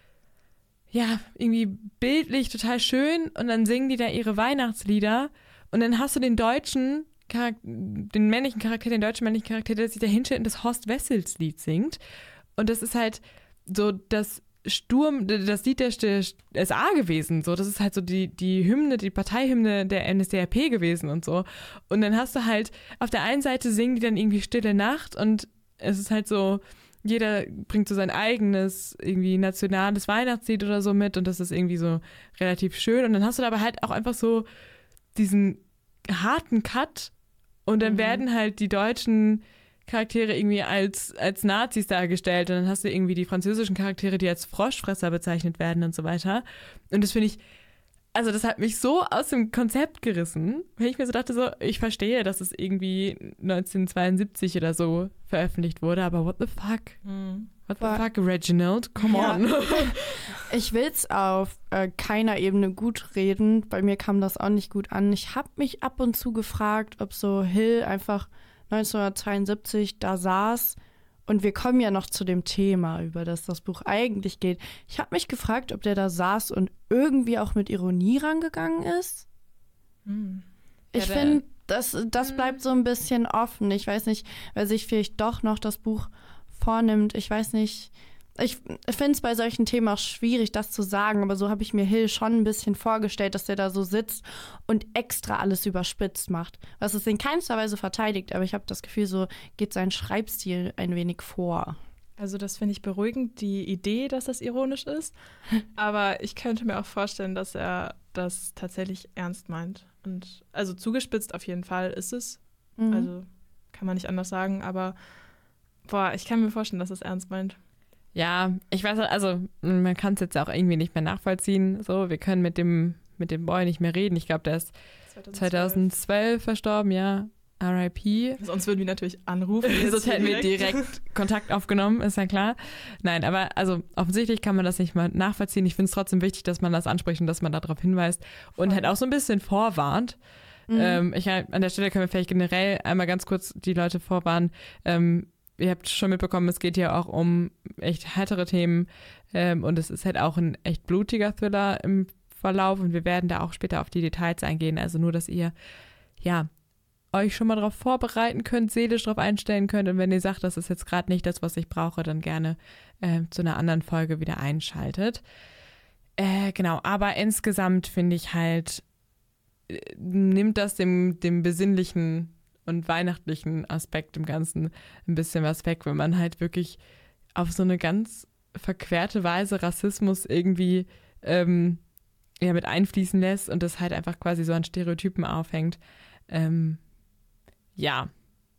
ja, irgendwie bildlich, total schön und dann singen die da ihre Weihnachtslieder und dann hast du den deutschen Charakter, den männlichen Charakter, den deutschen männlichen Charakter, der sich da hinstellt und das Horst Wessels Lied singt und das ist halt so das Sturm, das Lied der S A gewesen, so, das ist halt so die, die Hymne, die Parteihymne der N S D A P gewesen und so. Und dann hast du halt, auf der einen Seite singen die dann irgendwie Stille Nacht und es ist halt so, jeder bringt so sein eigenes, irgendwie nationales Weihnachtslied oder so mit und das ist irgendwie so relativ schön. Und dann hast du aber halt auch einfach so diesen harten Cut und dann Mhm. werden halt die deutschen Charaktere irgendwie als, als Nazis dargestellt und dann hast du irgendwie die französischen Charaktere, die als Froschfresser bezeichnet werden und so weiter. Und das finde ich, also das hat mich so aus dem Konzept gerissen, weil ich mir so dachte, so, ich verstehe, dass es irgendwie neunzehnhundertzweiundsiebzig oder so veröffentlicht wurde, aber what the fuck? What the War- fuck, Reginald? Come Ja. on. Ich will es auf äh, keiner Ebene gut reden. Bei mir kam das auch nicht gut an. Ich habe mich ab und zu gefragt, ob so Hill einfach neunzehnhundertzweiundsiebzig da saß. Und wir kommen ja noch zu dem Thema, über das das Buch eigentlich geht. Ich habe mich gefragt, ob der da saß und irgendwie auch mit Ironie rangegangen ist. Hm. Ich Ja, der- finde, das, das bleibt so ein bisschen offen. Ich weiß nicht, wer sich vielleicht doch noch das Buch vornimmt. Ich weiß nicht. Ich finde es bei solchen Themen auch schwierig, das zu sagen, aber so habe ich mir Hill schon ein bisschen vorgestellt, dass der da so sitzt und extra alles überspitzt macht. Was es in keinster Weise verteidigt, aber ich habe das Gefühl, so geht sein Schreibstil ein wenig vor. Also das finde ich beruhigend, die Idee, dass das ironisch ist. Aber ich könnte mir auch vorstellen, dass er das tatsächlich ernst meint. Und also zugespitzt auf jeden Fall ist es. Mhm. Also kann man nicht anders sagen. Aber boah, ich kann mir vorstellen, dass es ernst meint. Ja, ich weiß, also man kann es jetzt auch irgendwie nicht mehr nachvollziehen. So, wir können mit dem, mit dem Boy nicht mehr reden. Ich glaube, der ist zweitausendzwölf verstorben, ja. R I P. Sonst würden wir natürlich anrufen. Sonst hätten wir direkt Kontakt aufgenommen, ist ja klar. Nein, aber also offensichtlich kann man das nicht mal nachvollziehen. Ich finde es trotzdem wichtig, dass man das anspricht und dass man darauf hinweist und Voll. halt auch so ein bisschen vorwarnt. Mhm. Ähm, ich, an der Stelle können wir vielleicht generell einmal ganz kurz die Leute vorwarnen. Ähm, ihr habt schon mitbekommen, es geht hier auch um echt härtere Themen ähm, und es ist halt auch ein echt blutiger Thriller im Verlauf und wir werden da auch später auf die Details eingehen. Also nur, dass ihr ja euch schon mal darauf vorbereiten könnt, seelisch darauf einstellen könnt und wenn ihr sagt, das ist jetzt gerade nicht das, was ich brauche, dann gerne äh, zu einer anderen Folge wieder einschaltet. Äh, genau, aber insgesamt finde ich halt, äh, nimmt das dem, dem besinnlichen und weihnachtlichen Aspekt im Ganzen ein bisschen was weg, wenn man halt wirklich auf so eine ganz verquerte Weise Rassismus irgendwie ähm, ja, mit einfließen lässt und das halt einfach quasi so an Stereotypen aufhängt. Ähm, ja.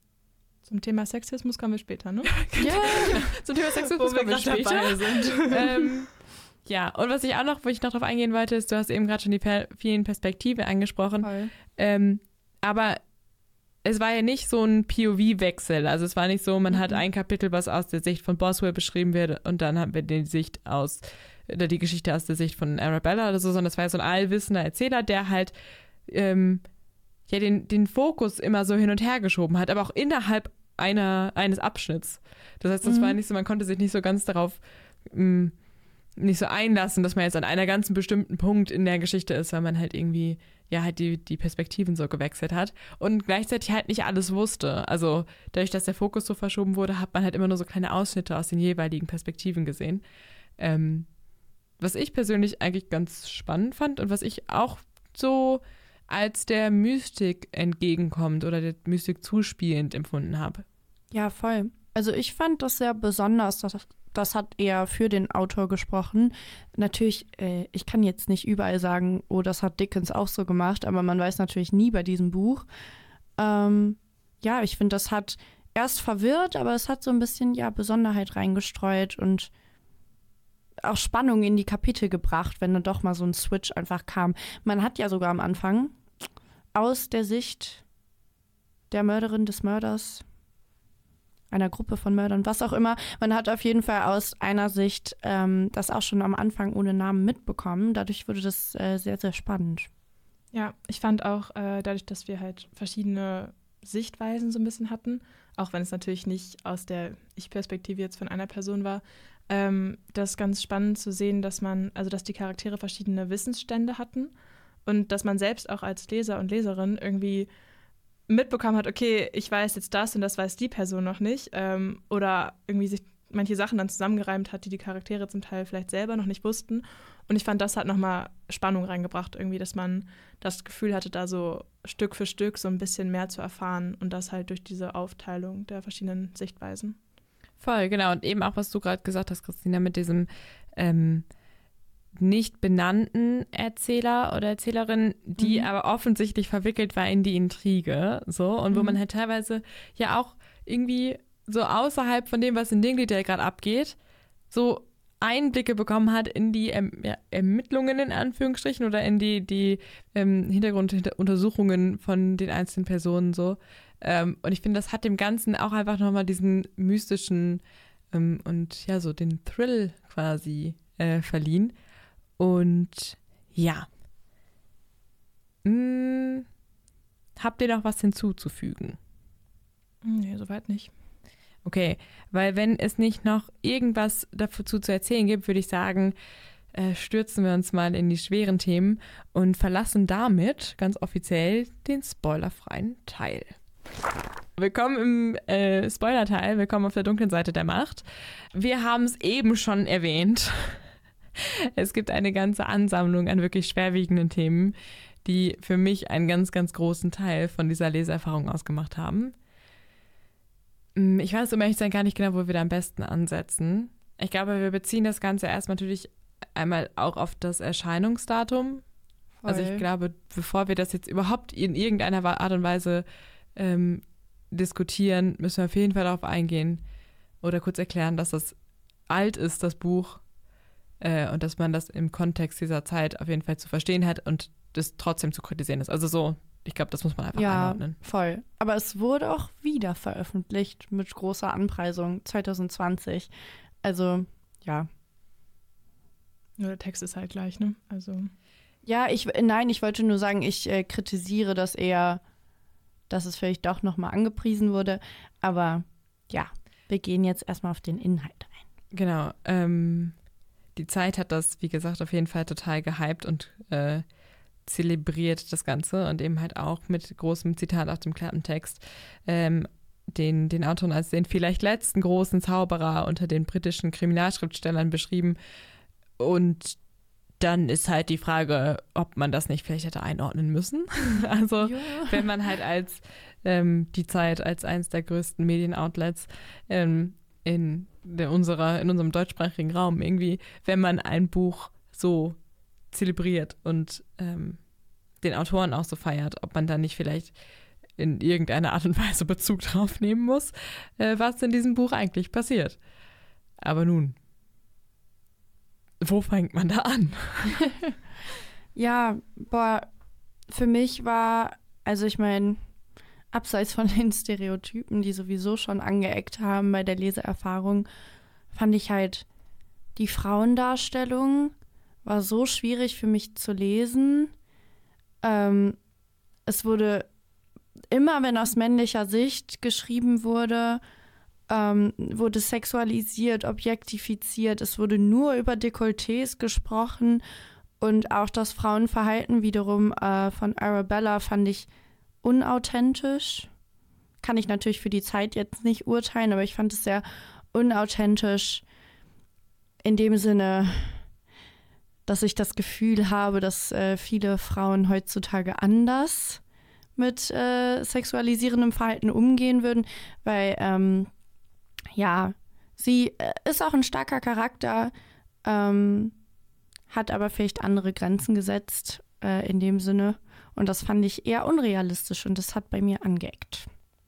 Zum Thema Sexismus kommen wir später, ne? Ja, Zum Thema Sexismus Wo wir kommen wir gerade später. dabei sind. ähm, ja, und was ich auch noch, wo ich noch drauf eingehen wollte, ist, du hast eben gerade schon die per- vielen Perspektiven angesprochen. voll. Ähm, aber es war ja nicht so ein P O V-Wechsel. Also es war nicht so, man Mhm. hat ein Kapitel, was aus der Sicht von Boswell beschrieben wird und dann haben wir die Sicht aus, oder die Geschichte aus der Sicht von Arabella oder so, sondern es war ja so ein allwissender Erzähler, der halt ähm, ja den, den Fokus immer so hin und her geschoben hat, aber auch innerhalb einer, eines Abschnitts. Das heißt, es Mhm. war nicht so, man konnte sich nicht so ganz darauf mh, nicht so einlassen, dass man jetzt an einer ganzen bestimmten Punkt in der Geschichte ist, weil man halt irgendwie ja halt die, die Perspektiven so gewechselt hat und gleichzeitig halt nicht alles wusste. Also dadurch, dass der Fokus so verschoben wurde, hat man halt immer nur so kleine Ausschnitte aus den jeweiligen Perspektiven gesehen. Ähm, was ich persönlich eigentlich ganz spannend fand und was ich auch so als der Mystik entgegenkommt oder der Mystik zuspielend empfunden habe. Ja, voll. Also ich fand das sehr besonders. Das, das hat eher für den Autor gesprochen. Natürlich, äh, ich kann jetzt nicht überall sagen, oh, das hat Dickens auch so gemacht, aber man weiß natürlich nie bei diesem Buch. Ähm, ja, ich finde, das hat erst verwirrt, aber es hat so ein bisschen, ja, Besonderheit reingestreut und auch Spannung in die Kapitel gebracht, wenn dann doch mal so ein Switch einfach kam. Man hat ja sogar am Anfang aus der Sicht der Mörderin des Mörders, einer Gruppe von Mördern, was auch immer, man hat auf jeden Fall aus einer Sicht ähm, das auch schon am Anfang ohne Namen mitbekommen. Dadurch wurde das äh, sehr, sehr spannend. Ja, ich fand auch, äh, dadurch, dass wir halt verschiedene Sichtweisen so ein bisschen hatten, auch wenn es natürlich nicht aus der Ich-Perspektive jetzt von einer Person war, ähm, das ganz spannend zu sehen, dass man, also dass die Charaktere verschiedene Wissensstände hatten und dass man selbst auch als Leser und Leserin irgendwie mitbekommen hat, okay, ich weiß jetzt das und das weiß die Person noch nicht, ähm, oder irgendwie sich manche Sachen dann zusammengereimt hat, die die Charaktere zum Teil vielleicht selber noch nicht wussten. Und ich fand, das hat nochmal Spannung reingebracht, irgendwie, dass man das Gefühl hatte, da so Stück für Stück so ein bisschen mehr zu erfahren und das halt durch diese Aufteilung der verschiedenen Sichtweisen. Voll, genau. Und eben auch, was du gerade gesagt hast, Christina, mit diesem ähm, nicht benannten Erzähler oder Erzählerin, die mhm. aber offensichtlich verwickelt war in die Intrige, so, und mhm. wo man halt teilweise ja auch irgendwie so außerhalb von dem, was in Dingley gerade abgeht, so Einblicke bekommen hat in die erm- ja, Ermittlungen in Anführungsstrichen oder in die, die ähm, Hintergrunduntersuchungen von den einzelnen Personen so. Ähm, und ich finde, das hat dem Ganzen auch einfach nochmal diesen mystischen ähm, und ja, so den Thrill quasi äh, verliehen. Und ja. Hm, habt ihr noch was hinzuzufügen? Nee, soweit nicht. Okay, weil wenn es nicht noch irgendwas dazu zu erzählen gibt, würde ich sagen, äh, stürzen wir uns mal in die schweren Themen und verlassen damit ganz offiziell den spoilerfreien Teil. Willkommen im äh, Spoiler-Teil, willkommen auf der dunklen Seite der Macht. Wir haben es eben schon erwähnt. Es gibt eine ganze Ansammlung an wirklich schwerwiegenden Themen, die für mich einen ganz, ganz großen Teil von dieser Leseerfahrung ausgemacht haben. Ich weiß, um ehrlich zu sein, gar nicht genau, wo wir da am besten ansetzen. Ich glaube, wir beziehen das Ganze erstmal natürlich einmal auch auf das Erscheinungsdatum. Voll. Also ich glaube, bevor wir das jetzt überhaupt in irgendeiner Art und Weise ähm, diskutieren, müssen wir auf jeden Fall darauf eingehen oder kurz erklären, dass das alt ist, das Buch, äh, und dass man das im Kontext dieser Zeit auf jeden Fall zu verstehen hat und das trotzdem zu kritisieren ist. Also so, ich glaube, das muss man einfach ja, einordnen. Ja, voll. Aber es wurde auch wieder veröffentlicht mit großer Anpreisung zwanzig zwanzig. Also, ja. Ja, der Text ist halt gleich, ne? Also. Ja, ich, nein, ich wollte nur sagen, ich äh, kritisiere das eher, dass es vielleicht doch nochmal angepriesen wurde. Aber ja, wir gehen jetzt erstmal auf den Inhalt ein. Genau. Ähm, die Zeit hat das, wie gesagt, auf jeden Fall total gehypt und äh, zelebriert das Ganze und eben halt auch mit großem Zitat aus dem Klappentext ähm, den, den Autoren als den vielleicht letzten großen Zauberer unter den britischen Kriminalschriftstellern beschrieben. Und dann ist halt die Frage, ob man das nicht vielleicht hätte einordnen müssen. Also ja. Wenn man halt als ähm, die Zeit als eines der größten Medienoutlets ähm, in, der, unserer, in unserem deutschsprachigen Raum irgendwie, wenn man ein Buch so zelebriert und ähm, den Autoren auch so feiert, ob man da nicht vielleicht in irgendeiner Art und Weise Bezug drauf nehmen muss, äh, was in diesem Buch eigentlich passiert. Aber nun, wo fängt man da an? Ja, boah, für mich war, also ich meine, abseits von den Stereotypen, die sowieso schon angeeckt haben bei der Leseerfahrung, fand ich halt die Frauendarstellung war so schwierig für mich zu lesen. Ähm, es wurde immer, wenn aus männlicher Sicht geschrieben wurde, ähm, wurde sexualisiert, objektifiziert. Es wurde nur über Dekolletés gesprochen. Und auch das Frauenverhalten wiederum äh, von Arabella fand ich unauthentisch. Kann ich natürlich für die Zeit jetzt nicht urteilen, aber ich fand es sehr unauthentisch in dem Sinne, dass ich das Gefühl habe, dass äh, viele Frauen heutzutage anders mit äh, sexualisierendem Verhalten umgehen würden, weil ähm, ja, sie äh, ist auch ein starker Charakter, ähm, hat aber vielleicht andere Grenzen gesetzt äh, in dem Sinne. Und das fand ich eher unrealistisch und das hat bei mir angeeckt.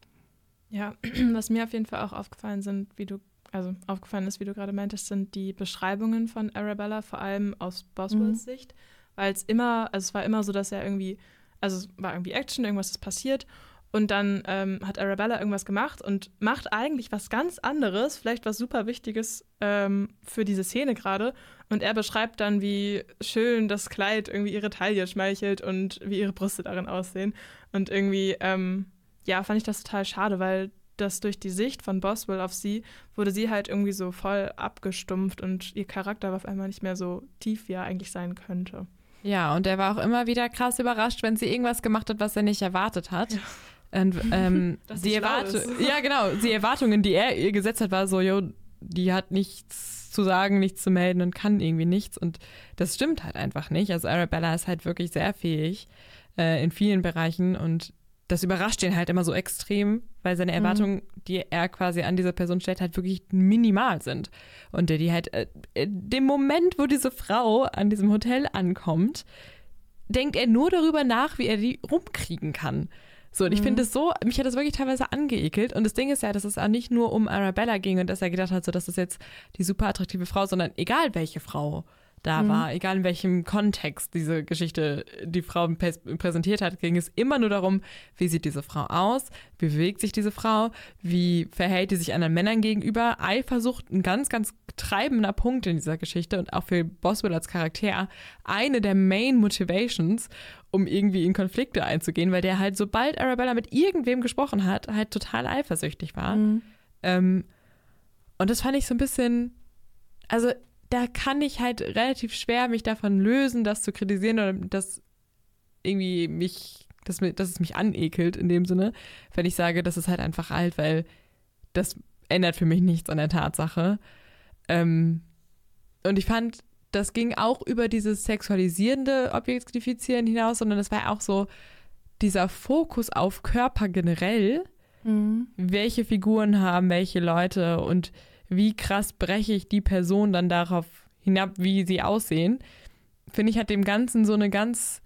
Ja, was mir auf jeden Fall auch aufgefallen sind, wie du, also aufgefallen ist, wie du gerade meintest, sind die Beschreibungen von Arabella, vor allem aus Boswells mhm. Sicht. Weil es immer, also es war immer so, dass er irgendwie, also es war irgendwie Action, irgendwas ist passiert. Und dann ähm, hat Arabella irgendwas gemacht und macht eigentlich was ganz anderes, vielleicht was super Wichtiges ähm, für diese Szene gerade. Und er beschreibt dann, wie schön das Kleid irgendwie ihre Taille schmeichelt und wie ihre Brüste darin aussehen. Und irgendwie, ähm, ja, fand ich das total schade, weil das durch die Sicht von Boswell auf sie wurde sie halt irgendwie so voll abgestumpft und ihr Charakter war auf einmal nicht mehr so tief, wie er eigentlich sein könnte. Ja, und er war auch immer wieder krass überrascht, wenn sie irgendwas gemacht hat, was er nicht erwartet hat. Ja. Und, ähm, die Erwart- ja, genau. Die Erwartungen, die er ihr gesetzt hat, war so, jo, die hat nichts zu sagen, nichts zu melden und kann irgendwie nichts. Und das stimmt halt einfach nicht. Also Arabella ist halt wirklich sehr fähig äh, in vielen Bereichen und das überrascht ihn halt immer so extrem, weil seine Erwartungen, mhm. die er quasi an diese Person stellt, halt wirklich minimal sind. Und der die halt, äh, dem Moment, wo diese Frau an diesem Hotel ankommt, denkt er nur darüber nach, wie er die rumkriegen kann. So, und ich mhm. finde es so, mich hat das wirklich teilweise angeekelt. Und das Ding ist ja, dass es auch nicht nur um Arabella ging und dass er gedacht hat, so, das ist jetzt die super attraktive Frau, sondern egal welche Frau da mhm. war, egal in welchem Kontext diese Geschichte die Frau präsentiert hat, ging es immer nur darum, wie sieht diese Frau aus, wie bewegt sich diese Frau, wie verhält die sich anderen Männern gegenüber. Eifersucht, ein ganz, ganz treibender Punkt in dieser Geschichte und auch für Boswell als Charakter eine der Main Motivations, um irgendwie in Konflikte einzugehen, weil der halt, sobald Arabella mit irgendwem gesprochen hat, halt total eifersüchtig war. Mhm. Ähm, und das fand ich so ein bisschen, also da kann ich halt relativ schwer mich davon lösen, das zu kritisieren oder das irgendwie mich, dass, mir, dass es mich anekelt in dem Sinne, wenn ich sage, das ist halt einfach alt, weil das ändert für mich nichts an der Tatsache. Ähm, und ich fand, das ging auch über dieses sexualisierende Objektifizieren hinaus, sondern es war auch so dieser Fokus auf Körper generell, mhm. welche Figuren haben welche Leute und wie krass breche ich die Person dann darauf hinab, wie sie aussehen, finde ich, hat dem Ganzen so eine ganz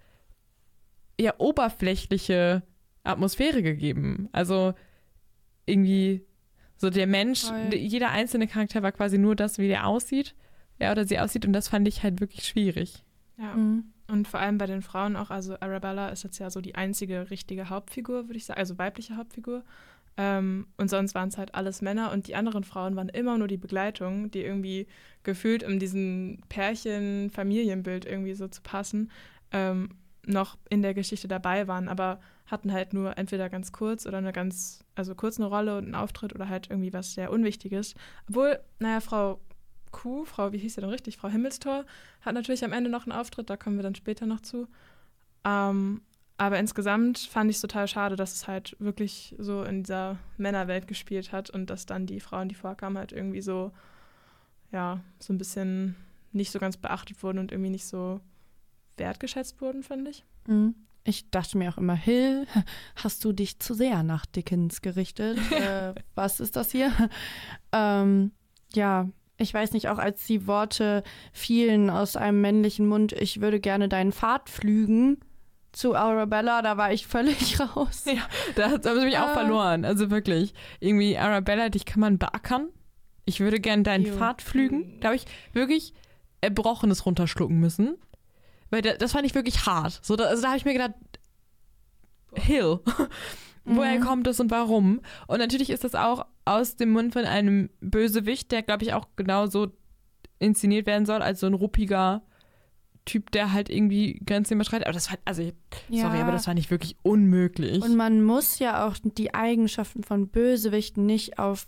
ja, oberflächliche Atmosphäre gegeben. Also irgendwie so der Mensch, Voll. jeder einzelne Charakter war quasi nur das, wie der aussieht, ja, oder sie aussieht und das fand ich halt wirklich schwierig. Ja, mhm. und vor allem bei den Frauen auch, also Arabella ist jetzt ja so die einzige richtige Hauptfigur, würde ich sagen, also weibliche Hauptfigur. Ähm, und sonst waren es halt alles Männer und die anderen Frauen waren immer nur die Begleitung, die irgendwie gefühlt, um diesen Pärchen-Familienbild irgendwie so zu passen, ähm, noch in der Geschichte dabei waren, aber hatten halt nur entweder ganz kurz oder eine ganz, also kurz eine Rolle und einen Auftritt oder halt irgendwie was sehr Unwichtiges. Obwohl, naja, Frau Kuh, Frau, wie hieß sie denn richtig? Frau Himmelstor hat natürlich am Ende noch einen Auftritt, da kommen wir dann später noch zu. Ähm, Aber insgesamt fand ich es total schade, dass es halt wirklich so in dieser Männerwelt gespielt hat und dass dann die Frauen, die vorkamen, halt irgendwie so, ja, so ein bisschen nicht so ganz beachtet wurden und irgendwie nicht so wertgeschätzt wurden, finde ich. Ich dachte mir auch immer, Hill, hast du dich zu sehr nach Dickens gerichtet? äh, was ist das hier? ähm, ja, ich weiß nicht, auch als die Worte fielen aus einem männlichen Mund, ich würde gerne deinen Pfad pflügen, zu Arabella, da war ich völlig raus. Ja, da haben sie mich äh. auch verloren. Also wirklich. Irgendwie, Arabella, dich kann man beackern. Ich würde gerne deinen jo. Pfad pflügen. Da habe ich wirklich Erbrochenes runterschlucken müssen. Weil da, das fand ich wirklich hart. So, da, also da habe ich mir gedacht, Hill, mhm. woher kommt das und warum? Und natürlich ist das auch aus dem Mund von einem Bösewicht, der, glaube ich, auch genauso inszeniert werden soll, als so ein ruppiger Typ, der halt irgendwie Grenzen überschreitet. Aber das war, also, ja. sorry, aber das war nicht wirklich unmöglich. Und man muss ja auch die Eigenschaften von Bösewichten nicht auf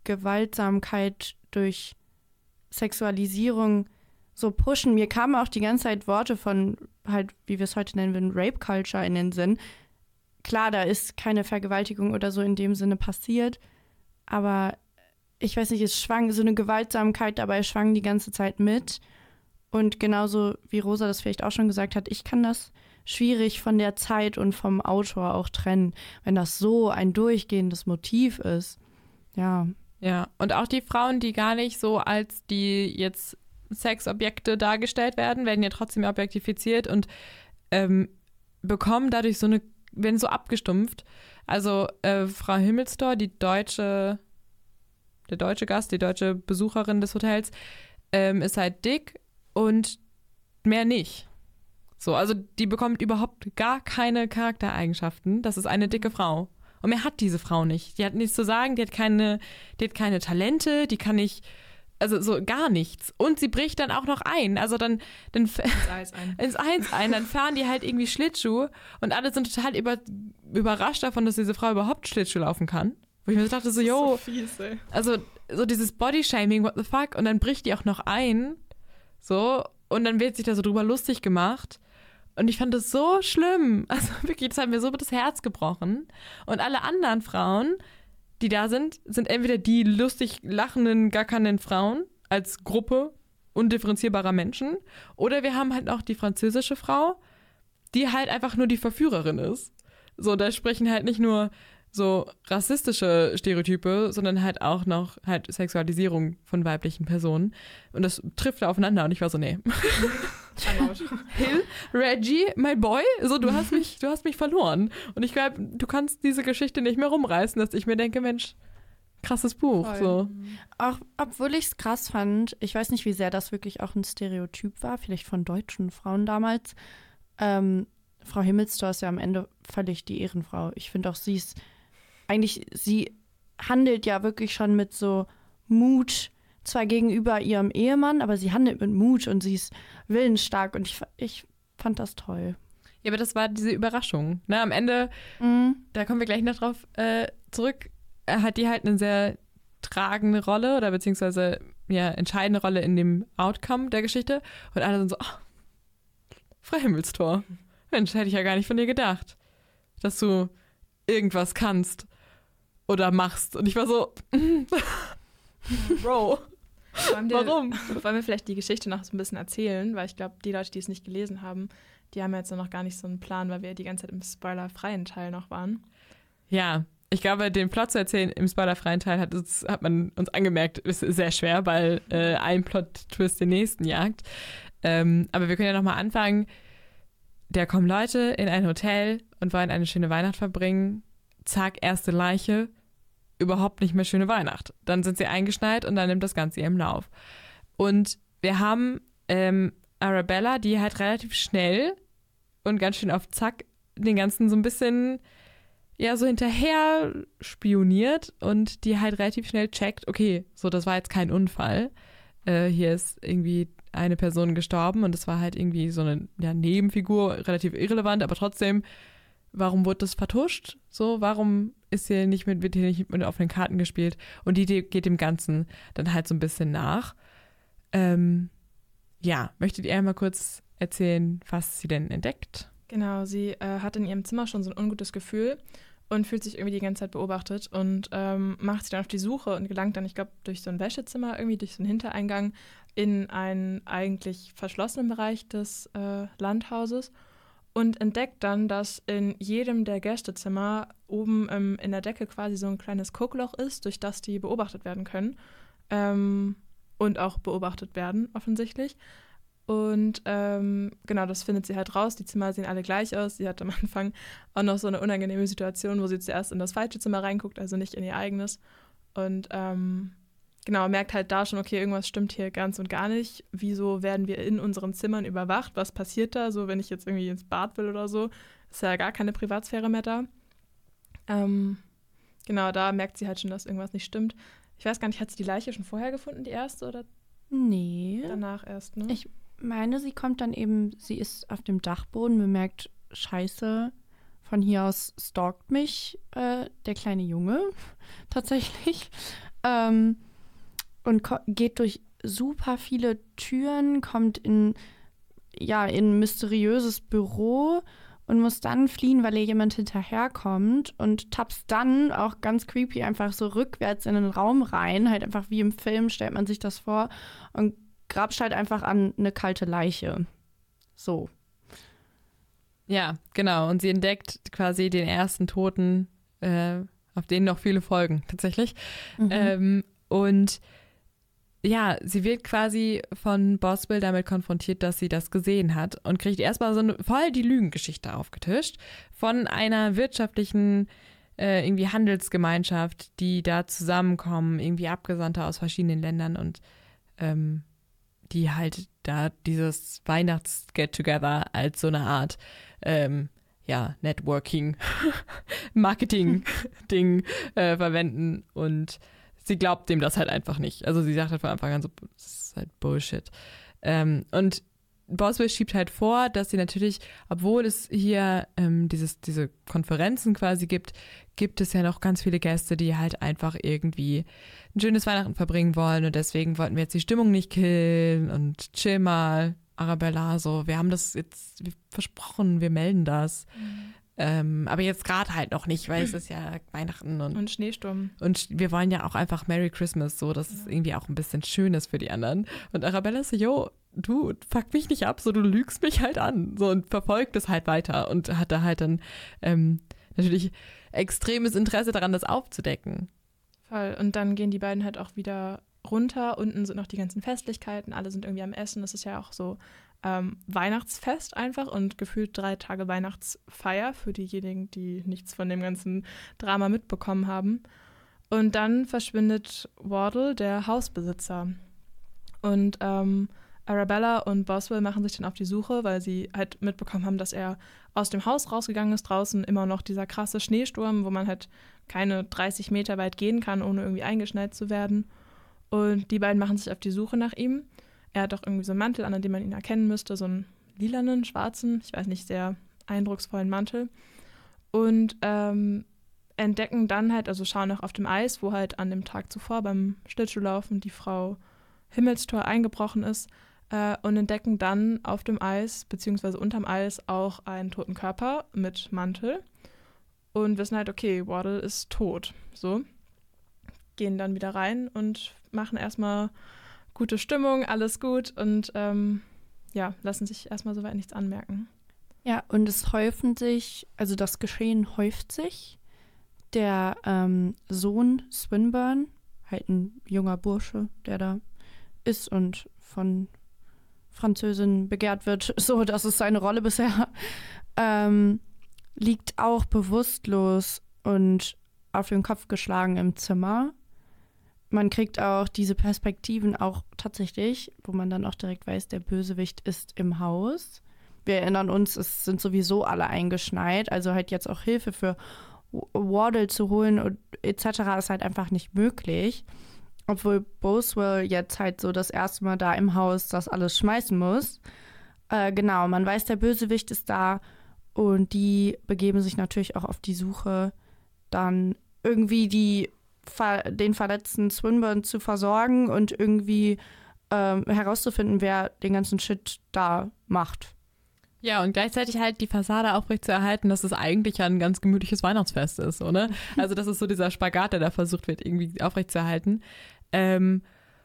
Gewaltsamkeit durch Sexualisierung so pushen. Mir kamen auch die ganze Zeit Worte von halt, wie wir es heute nennen würden, Rape Culture in den Sinn. Klar, da ist keine Vergewaltigung oder so in dem Sinne passiert, aber ich weiß nicht, es schwang so eine Gewaltsamkeit dabei, schwang die ganze Zeit mit. Und genauso wie Rosa das vielleicht auch schon gesagt hat, ich kann das schwierig von der Zeit und vom Autor auch trennen, wenn das so ein durchgehendes Motiv ist. Ja. Ja, und auch die Frauen, die gar nicht so als die jetzt Sexobjekte dargestellt werden, werden ja trotzdem objektifiziert und ähm, bekommen dadurch so eine, werden so abgestumpft. Also äh, Frau Himmelstor, die deutsche, der deutsche Gast, die deutsche Besucherin des Hotels, ähm, ist halt dick und mehr nicht. So, also die bekommt überhaupt gar keine Charaktereigenschaften. Das ist eine dicke Frau. Und mehr hat diese Frau nicht. Die hat nichts zu sagen, die hat keine, die hat keine Talente, die kann nicht, also so gar nichts. Und sie bricht dann auch noch ein. Also dann, dann ins Eis ein. ins Eis ein. Dann fahren die halt irgendwie Schlittschuh und alle sind total über, überrascht davon, dass diese Frau überhaupt Schlittschuh laufen kann. Wo ich mir so dachte, so, yo, so fies, ey. Also so dieses Bodyshaming, what the fuck? Und dann bricht die auch noch ein. So, und dann wird sich da so drüber lustig gemacht. Und ich fand das so schlimm. Also wirklich, das hat mir so das Herz gebrochen. Und alle anderen Frauen, die da sind, sind entweder die lustig lachenden, gackernden Frauen als Gruppe undifferenzierbarer Menschen. Oder wir haben halt auch die französische Frau, die halt einfach nur die Verführerin ist. So, da sprechen halt nicht nur so rassistische Stereotype, sondern halt auch noch halt Sexualisierung von weiblichen Personen. Und das trifft da aufeinander und ich war so, nee. Hill, Reggie, my boy, so du hast mich, du hast mich verloren. Und ich glaube, du kannst diese Geschichte nicht mehr rumreißen, dass ich mir denke, Mensch, krasses Buch. So. Auch obwohl ich es krass fand, ich weiß nicht, wie sehr das wirklich auch ein Stereotyp war, vielleicht von deutschen Frauen damals. Ähm, Frau Himmelstor ist ja am Ende völlig die Ehrenfrau. Ich finde auch, sie ist eigentlich, sie handelt ja wirklich schon mit so Mut, zwar gegenüber ihrem Ehemann, aber sie handelt mit Mut und sie ist willensstark und ich, ich fand das toll. Ja, aber das war diese Überraschung. Ne? Am Ende, Mhm. da kommen wir gleich noch drauf äh, zurück, hat die halt eine sehr tragende Rolle oder beziehungsweise ja, entscheidende Rolle in dem Outcome der Geschichte. Und alle sind so, oh, Frau Himmelstor, Mensch, hätte ich ja gar nicht von dir gedacht, dass du irgendwas kannst oder machst. Und ich war so, Bro, Wollen wir, warum? Wollen wir vielleicht die Geschichte noch so ein bisschen erzählen? Weil ich glaube, die Leute, die es nicht gelesen haben, die haben jetzt noch gar nicht so einen Plan, weil wir die ganze Zeit im spoilerfreien Teil noch waren. Ja, ich glaube, den Plot zu erzählen im spoilerfreien Teil hat, uns, hat man uns angemerkt, ist sehr schwer, weil äh, ein Plot-Twist den nächsten jagt. Ähm, aber wir können ja nochmal anfangen. Da kommen Leute in ein Hotel und wollen eine schöne Weihnacht verbringen. Zack, erste Leiche. Überhaupt nicht mehr schöne Weihnacht. Dann sind sie eingeschneit und dann nimmt das Ganze ihren Lauf. Und wir haben ähm, Arabella, die halt relativ schnell und ganz schön auf Zack den Ganzen so ein bisschen ja so hinterher spioniert und die halt relativ schnell checkt, okay, so das war jetzt kein Unfall. Äh, hier ist irgendwie eine Person gestorben und das war halt irgendwie so eine ja, Nebenfigur, relativ irrelevant, aber trotzdem, warum wurde das vertuscht? So, warum ist hier nicht mit, wird hier nicht mit offenen Karten gespielt? Und die, die geht dem Ganzen dann halt so ein bisschen nach. Ähm, ja, möchtet ihr einmal kurz erzählen, was sie denn entdeckt? Genau, sie äh, hat in ihrem Zimmer schon so ein ungutes Gefühl und fühlt sich irgendwie die ganze Zeit beobachtet und ähm, macht sich dann auf die Suche und gelangt dann, ich glaube, durch so ein Wäschezimmer, irgendwie durch so einen Hintereingang in einen eigentlich verschlossenen Bereich des äh, Landhauses und entdeckt dann, dass in jedem der Gästezimmer oben ähm, in der Decke quasi so ein kleines Guckloch ist, durch das die beobachtet werden können ähm, und auch beobachtet werden, offensichtlich. Und ähm, genau, das findet sie halt raus. Die Zimmer sehen alle gleich aus. Sie hat am Anfang auch noch so eine unangenehme Situation, wo sie zuerst in das falsche Zimmer reinguckt, also nicht in ihr eigenes. Und ähm, genau, merkt halt da schon, okay, irgendwas stimmt hier ganz und gar nicht. Wieso werden wir in unseren Zimmern überwacht? Was passiert da? So, wenn ich jetzt irgendwie ins Bad will oder so, ist ja gar keine Privatsphäre mehr da. Ähm, genau, da merkt sie halt schon, dass irgendwas nicht stimmt. Ich weiß gar nicht, hat sie die Leiche schon vorher gefunden, die erste, oder Nee. danach erst, ne? Ich meine, sie kommt dann eben, sie ist auf dem Dachboden, bemerkt, scheiße, von hier aus stalkt mich äh, der kleine Junge tatsächlich. ähm, und ko- geht durch super viele Türen, kommt in, ja, in ein mysteriöses Büro und muss dann fliehen, weil ihr jemand hinterherkommt und tapst dann auch ganz creepy einfach so rückwärts in den Raum rein, halt einfach wie im Film stellt man sich das vor und grapscht halt einfach an eine kalte Leiche. So. Ja, genau. Und sie entdeckt quasi den ersten Toten, äh, auf den noch viele folgen, tatsächlich. Mhm. Ähm, und ja, sie wird quasi von Boswell damit konfrontiert, dass sie das gesehen hat und kriegt erstmal so eine, voll die Lügengeschichte aufgetischt von einer wirtschaftlichen äh, irgendwie Handelsgemeinschaft, die da zusammenkommen, irgendwie Abgesandte aus verschiedenen Ländern und ähm, die halt da dieses Weihnachts-Get-Together als so eine Art ähm, ja, Networking, Marketing-Ding äh, verwenden und sie glaubt dem das halt einfach nicht. Also sie sagt halt von Anfang an so, das ist halt Bullshit. Ähm, und Boswell schiebt halt vor, dass sie natürlich, obwohl es hier ähm, dieses, diese Konferenzen quasi gibt, gibt es ja noch ganz viele Gäste, die halt einfach irgendwie ein schönes Weihnachten verbringen wollen und deswegen wollten wir jetzt die Stimmung nicht killen und chill mal, Arabella, so, wir haben das jetzt versprochen, wir melden das. Mhm. Ähm, aber jetzt gerade halt noch nicht, weil es ist ja Weihnachten und, und Schneesturm. Und wir wollen ja auch einfach Merry Christmas, so, dass ja. es irgendwie auch ein bisschen schön ist für die anderen. Und Arabella ist so, yo, du, fuck mich nicht ab, so, du lügst mich halt an, so, und verfolgt es halt weiter und hat da halt dann ähm, natürlich extremes Interesse daran, das aufzudecken. Voll. Und dann gehen die beiden halt auch wieder runter. Unten sind noch die ganzen Festlichkeiten, alle sind irgendwie am Essen. Das ist ja auch so ähm, Weihnachtsfest einfach und gefühlt drei Tage Weihnachtsfeier für diejenigen, die nichts von dem ganzen Drama mitbekommen haben. Und dann verschwindet Wardle, der Hausbesitzer. Und ähm, Arabella und Boswell machen sich dann auf die Suche, weil sie halt mitbekommen haben, dass er aus dem Haus rausgegangen ist. Draußen immer noch dieser krasse Schneesturm, wo man halt keine dreißig Meter weit gehen kann, ohne irgendwie eingeschneit zu werden. Und die beiden machen sich auf die Suche nach ihm. Er hat auch irgendwie so einen Mantel an, an dem man ihn erkennen müsste, so einen lilanen, schwarzen, ich weiß nicht, sehr eindrucksvollen Mantel. Und ähm, entdecken dann halt, also schauen auch auf dem Eis, wo halt an dem Tag zuvor beim Schlittschuhlaufen die Frau Himmelstor eingebrochen ist, äh, und entdecken dann auf dem Eis, beziehungsweise unterm Eis, auch einen toten Körper mit Mantel und wissen halt, okay, Wardle ist tot. So, gehen dann wieder rein und machen erstmal gute Stimmung, alles gut und ähm, ja, lassen sich erstmal soweit nichts anmerken. Ja, und es häufen sich, also das Geschehen häuft sich. Der ähm, Sohn Swinburne, halt ein junger Bursche, der da ist und von Französin begehrt wird, so, das ist seine Rolle bisher, ähm, liegt auch bewusstlos und auf den Kopf geschlagen im Zimmer. Man kriegt auch diese Perspektiven auch tatsächlich, wo man dann auch direkt weiß, der Bösewicht ist im Haus. Wir erinnern uns, es sind sowieso alle eingeschneit, also halt jetzt auch Hilfe für Wardle zu holen und et cetera ist halt einfach nicht möglich. Obwohl Boswell jetzt halt so das erste Mal da im Haus das alles schmeißen muss. Äh, genau, man weiß, der Bösewicht ist da und die begeben sich natürlich auch auf die Suche, dann irgendwie die den verletzten Swinburne zu versorgen und irgendwie ähm, herauszufinden, wer den ganzen Shit da macht. Ja, und gleichzeitig halt die Fassade aufrechtzuerhalten, dass es eigentlich ja ein ganz gemütliches Weihnachtsfest ist, oder? Also das ist so dieser Spagat, der da versucht wird, irgendwie aufrechtzuerhalten. Ähm,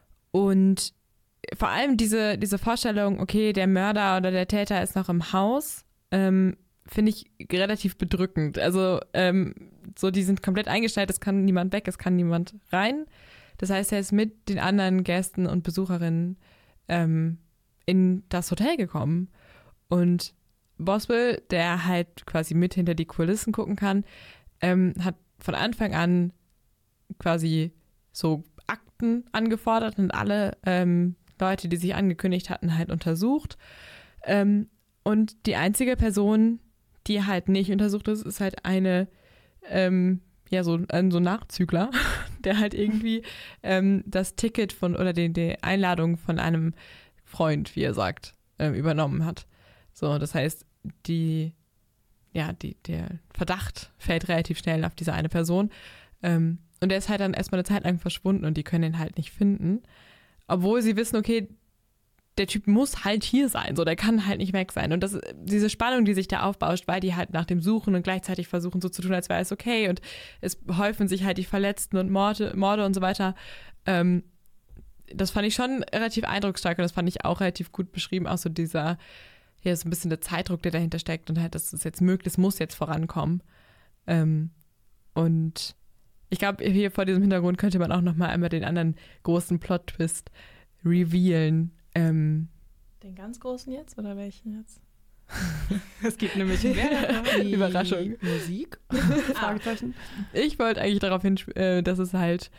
und vor allem diese, diese Vorstellung, okay, der Mörder oder der Täter ist noch im Haus, ähm, finde ich relativ bedrückend. Also ähm, so, die sind komplett eingestellt, es kann niemand weg, es kann niemand rein. Das heißt, er ist mit den anderen Gästen und Besucherinnen ähm, in das Hotel gekommen. Und Boswell, der halt quasi mit hinter die Kulissen gucken kann, ähm, hat von Anfang an quasi so Akten angefordert und alle ähm, Leute, die sich angekündigt hatten, halt untersucht. Ähm, und die einzige Person, die halt nicht untersucht ist, ist halt eine, ähm, ja, so ein so Nachzügler, der halt irgendwie ähm, das Ticket von oder die, die Einladung von einem Freund, wie er sagt, ähm, übernommen hat. So, das heißt, die, ja, die, der Verdacht fällt relativ schnell auf diese eine Person. Ähm, und der ist halt dann erstmal eine Zeit lang verschwunden und die können ihn halt nicht finden. Obwohl sie wissen, okay, der Typ muss halt hier sein, so, der kann halt nicht weg sein. Und das, diese Spannung, die sich da aufbauscht, weil die halt nach dem suchen und gleichzeitig versuchen, so zu tun, als wäre es okay. Und es häufen sich halt die Verletzten und Morde, Morde und so weiter. Ähm, das fand ich schon relativ eindrucksstark und das fand ich auch relativ gut beschrieben. Auch so dieser, ja, so ein bisschen der Zeitdruck, der dahinter steckt und halt, dass es jetzt möglichst muss jetzt vorankommen. Ähm, und ich glaube, hier vor diesem Hintergrund könnte man auch nochmal einmal den anderen großen Plot-Twist revealen. Ähm, Den ganz großen jetzt oder welchen jetzt? Es gibt nämlich mehrere Überraschung. Musik? Fragezeichen. Ich wollte eigentlich darauf hin, äh, dass es halt,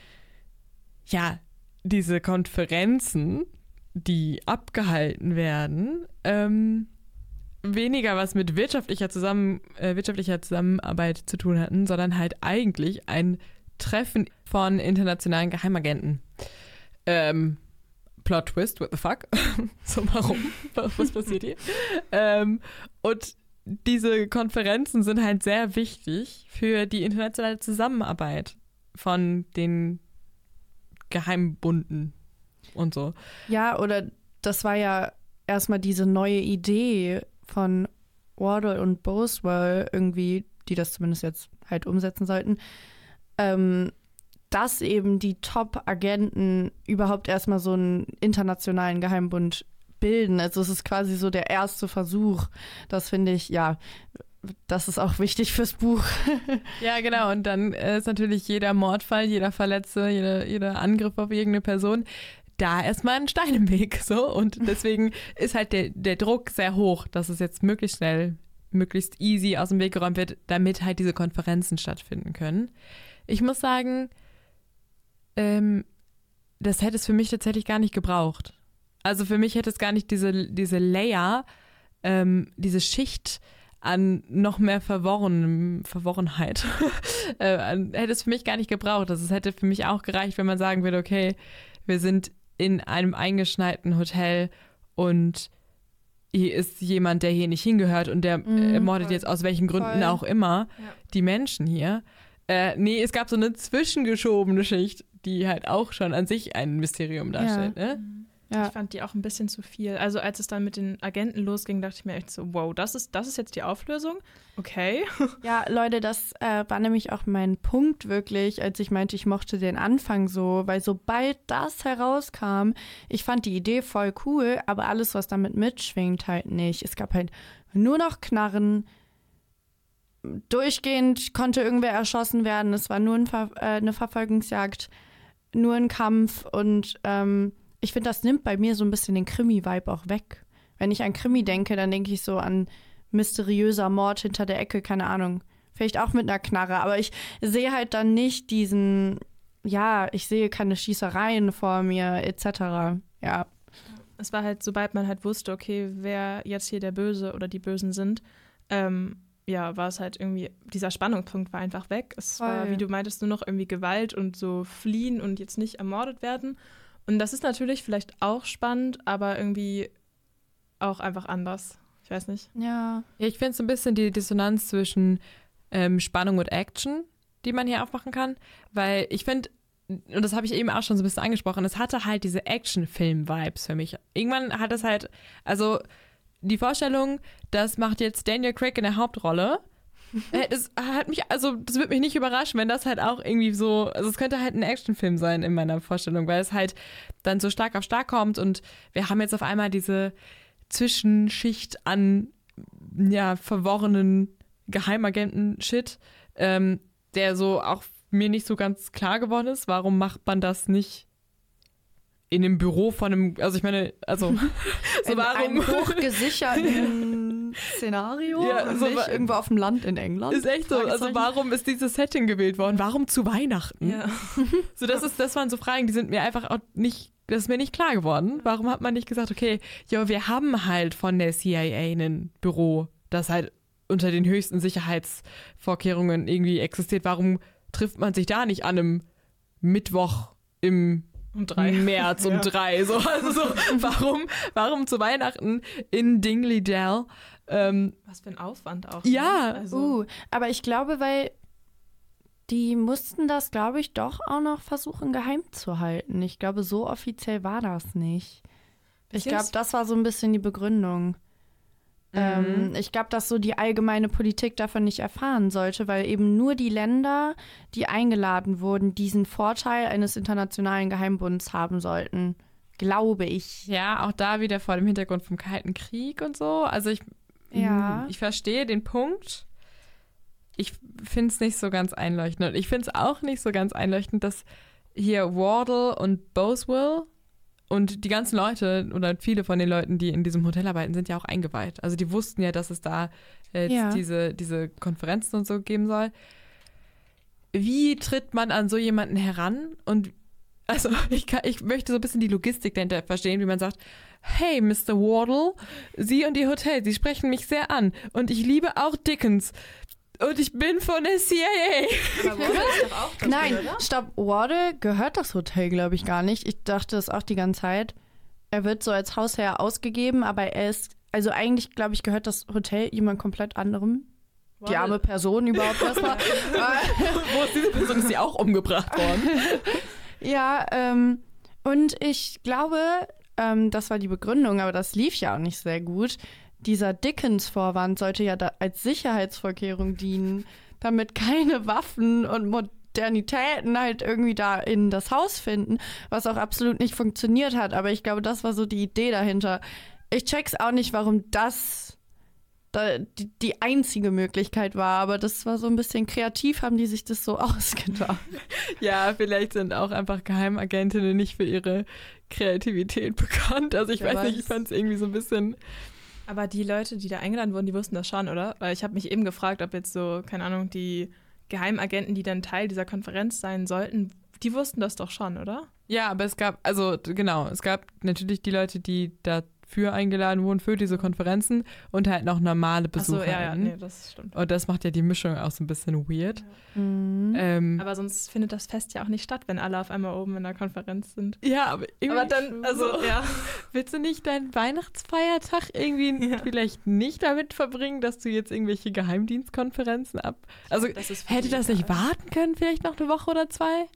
ja, diese Konferenzen, die abgehalten werden, ähm, weniger was mit wirtschaftlicher, Zusammen, äh, wirtschaftlicher Zusammenarbeit zu tun hatten, sondern halt eigentlich ein Treffen von internationalen Geheimagenten. Ähm, Plot Twist, what the fuck? So, warum? Was passiert hier? ähm, und diese Konferenzen sind halt sehr wichtig für die internationale Zusammenarbeit von den Geheimbunden und so. Ja, oder das war ja erstmal diese neue Idee von Wardle und Boswell irgendwie, die das zumindest jetzt halt umsetzen sollten, ähm, dass eben die Top-Agenten überhaupt erstmal so einen internationalen Geheimbund bilden. Also es ist quasi so der erste Versuch. Das finde ich, ja, das ist auch wichtig fürs Buch. Ja, genau. Und dann ist natürlich jeder Mordfall, jeder Verletzte, jeder, jeder Angriff auf irgendeine Person da erstmal ein Stein im Weg. So. Und deswegen ist halt der, der Druck sehr hoch, dass es jetzt möglichst schnell, möglichst easy aus dem Weg geräumt wird, damit halt diese Konferenzen stattfinden können. Ich muss sagen, ähm, das hätte es für mich tatsächlich gar nicht gebraucht. Also für mich hätte es gar nicht diese, diese Layer, ähm, diese Schicht an noch mehr Verworren, Verworrenheit, äh, hätte es für mich gar nicht gebraucht. Also es hätte für mich auch gereicht, wenn man sagen würde, okay, wir sind in einem eingeschneiten Hotel und hier ist jemand, der hier nicht hingehört und der Mhm, ermordet voll. jetzt aus welchen Gründen Voll. auch immer Ja. die Menschen hier. Äh, nee, es gab so eine zwischengeschobene Schicht, die halt auch schon an sich ein Mysterium darstellt. Ne? Ja. Ich fand die auch ein bisschen zu viel. Also als es dann mit den Agenten losging, dachte ich mir echt so, wow, das ist, das ist jetzt die Auflösung? Okay. Ja, Leute, das äh, war nämlich auch mein Punkt wirklich, als ich meinte, ich mochte den Anfang so, weil sobald das herauskam, ich fand die Idee voll cool, aber alles, was damit mitschwingt, halt nicht. Es gab halt nur noch Knarren, durchgehend konnte irgendwer erschossen werden, es war nur ein Ver- äh, eine Verfolgungsjagd, nur ein Kampf und ähm, ich finde, das nimmt bei mir so ein bisschen den Krimi-Vibe auch weg. Wenn ich an Krimi denke, dann denke ich so an mysteriöser Mord hinter der Ecke, keine Ahnung. Vielleicht auch mit einer Knarre, aber ich sehe halt dann nicht diesen, ja, ich sehe keine Schießereien vor mir, et cetera. Ja. Es war halt, sobald man halt wusste, okay, wer jetzt hier der Böse oder die Bösen sind, ähm, ja, war es halt irgendwie, dieser Spannungspunkt war einfach weg. Es Voll. war, wie du meintest, nur noch irgendwie Gewalt und so fliehen und jetzt nicht ermordet werden. Und das ist natürlich vielleicht auch spannend, aber irgendwie auch einfach anders. Ich weiß nicht. Ja. Ja, ich finde so ein bisschen die Dissonanz zwischen ähm, Spannung und Action, die man hier aufmachen kann, weil ich finde, und das habe ich eben auch schon so ein bisschen angesprochen, es hatte halt diese Action-Film-Vibes für mich. Irgendwann hat es halt, also die Vorstellung, das macht jetzt Daniel Craig in der Hauptrolle, äh, das hat mich, also das würde mich nicht überraschen, wenn das halt auch irgendwie so, also es könnte halt ein Actionfilm sein in meiner Vorstellung, weil es halt dann so stark auf stark kommt und wir haben jetzt auf einmal diese Zwischenschicht an ja, verworrenen Geheimagenten-Shit, ähm, der so auch mir nicht so ganz klar geworden ist. Warum macht man das nicht in einem Büro von einem, also ich meine, also so In warum einem hochgesicherten Szenario Ja, und so nicht wa- irgendwo auf dem Land in England. ist echt so, also Fragezeichen. warum ist dieses Setting gewählt worden? Warum zu Weihnachten? Ja. So, das ist, das waren so Fragen, die sind mir einfach auch nicht, das ist mir nicht klar geworden. Warum hat man nicht gesagt, okay, ja, wir haben halt von der C I A ein Büro, das halt unter den höchsten Sicherheitsvorkehrungen irgendwie existiert. Warum trifft man sich da nicht an einem Mittwoch im Um drei. März um Ja. drei? So, also so, warum, warum zu Weihnachten in Dingley Dell? Ähm, Was für ein Aufwand auch. Ja. Ne? Also, Uh, aber ich glaube, weil Die mussten das, glaube ich, doch auch noch versuchen, geheim zu halten. Ich glaube, so offiziell war das nicht. Ich glaube, das war so ein bisschen die Begründung. Mhm. Ähm, ich glaube, dass so die allgemeine Politik davon nicht erfahren sollte, weil eben nur die Länder, die eingeladen wurden, diesen Vorteil eines internationalen Geheimbunds haben sollten. Glaube ich. Ja, auch da wieder vor dem Hintergrund vom Kalten Krieg und so. Also ich, ja. ich verstehe den Punkt. Ich finde es nicht so ganz einleuchtend. Und ich finde es auch nicht so ganz einleuchtend, dass hier Wardle und Boswell und die ganzen Leute oder viele von den Leuten, die in diesem Hotel arbeiten, sind ja auch eingeweiht. Also die wussten ja, dass es da jetzt ja. diese, diese Konferenzen und so geben soll. Wie tritt man an so jemanden heran? Und also ich, kann, ich möchte so ein bisschen die Logistik dahinter verstehen, wie man sagt, hey, Mister Wardle, Sie und Ihr Hotel, Sie sprechen mich sehr an. Und ich liebe auch Dickens. Und ich bin von der C I A. Aber Wardle ist doch auch das Nein, oder? stopp, Wardle gehört das Hotel, glaube ich, gar nicht. Ich dachte das auch die ganze Zeit. Er wird so als Hausherr ausgegeben, aber er ist, also eigentlich, glaube ich, gehört das Hotel jemand komplett anderem. Wardle. Die arme Person überhaupt erstmal. Wo ist diese Person? Ist sie auch umgebracht worden? Ja, ähm, und ich glaube, ähm, das war die Begründung, aber das lief ja auch nicht sehr gut. Dieser Dickens-Vorwand sollte ja da als Sicherheitsvorkehrung dienen, damit keine Waffen und Modernitäten halt irgendwie da in das Haus finden, was auch absolut nicht funktioniert hat. Aber ich glaube, das war so die Idee dahinter. Ich check's auch nicht, warum das da die, die einzige Möglichkeit war, aber das war so ein bisschen kreativ, haben die sich das so ausgedacht. Ja, vielleicht sind auch einfach Geheimagentinnen nicht für ihre Kreativität bekannt. Also ich Wer weiß nicht, weiß. ich fand es irgendwie so ein bisschen... Aber die Leute, die da eingeladen wurden, die wussten das schon, oder? Weil ich habe mich eben gefragt, ob jetzt so, keine Ahnung, die Geheimagenten, die dann Teil dieser Konferenz sein sollten, die wussten das doch schon, oder? Ja, aber es gab, also genau, es gab natürlich die Leute, die dafür eingeladen wurden, für diese Konferenzen und halt noch normale Ach so, Besucher. ja, ja, nee, das stimmt. Und das macht ja die Mischung auch so ein bisschen weird. Ja. Mhm. Ähm, Aber sonst findet das Fest ja auch nicht statt, wenn alle auf einmal oben in der Konferenz sind. ja, aber irgendwie Aber dann, also, ja. willst du nicht deinen Weihnachtsfeiertag irgendwie Ja. vielleicht nicht damit verbringen, dass du jetzt irgendwelche Geheimdienstkonferenzen ab... Also Das ist hätte das nicht egal. warten können, vielleicht noch eine Woche oder zwei?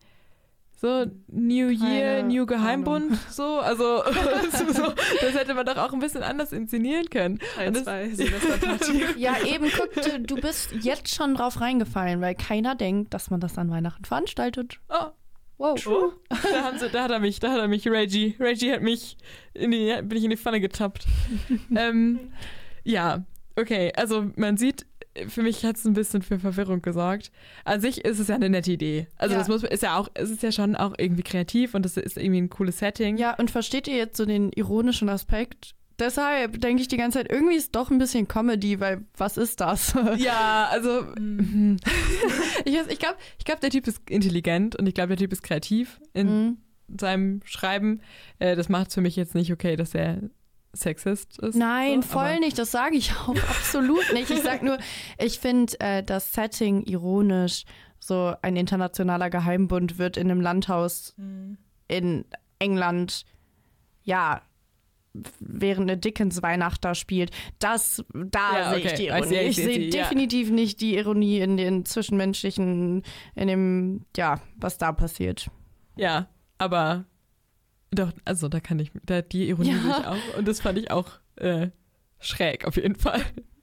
So, New Year, Keine New Geheimbund, so, also so, das hätte man doch auch ein bisschen anders inszenieren können. Teil Und das- zwei, Silvesterparty. Ja, eben, guck, du, du bist jetzt schon drauf reingefallen, weil keiner denkt, dass man das an Weihnachten veranstaltet. Oh, Wow. oh, da, haben sie, da hat er mich, da hat er mich, Reggie, Reggie hat mich, in die, bin ich in die Pfanne getappt. ähm, ja, okay, also man sieht, für mich hat es ein bisschen für Verwirrung gesorgt. An sich ist es ja eine nette Idee. Also Ja. das muss ist ja auch, es ist ja schon auch irgendwie kreativ und das ist irgendwie ein cooles Setting. Ja, und versteht ihr jetzt so den ironischen Aspekt? Deshalb denke ich die ganze Zeit, irgendwie ist doch ein bisschen Comedy, weil was ist das? Ja, also Mhm. ich, weiß- ich glaube, ich glaub, der Typ ist intelligent und ich glaube, der Typ ist kreativ in Mhm. seinem Schreiben. Äh, das macht für mich jetzt nicht okay, dass er Sexist ist. Nein, so, voll aber- nicht, das sage ich auch absolut nicht. Ich sag nur, ich finde äh, das Setting ironisch. So ein internationaler Geheimbund wird in einem Landhaus Mhm. in England, ja, während eine Dickens-Weihnacht da spielt. Das, da Ja, sehe ich okay. die I Ironie. see, I Ich see, I sehe see, ja. definitiv nicht die Ironie in den zwischenmenschlichen, in dem, ja, was da passiert. Ja, aber doch, also da kann ich, da die Ironie Ja. sehe ich auch und das fand ich auch äh, schräg auf jeden Fall.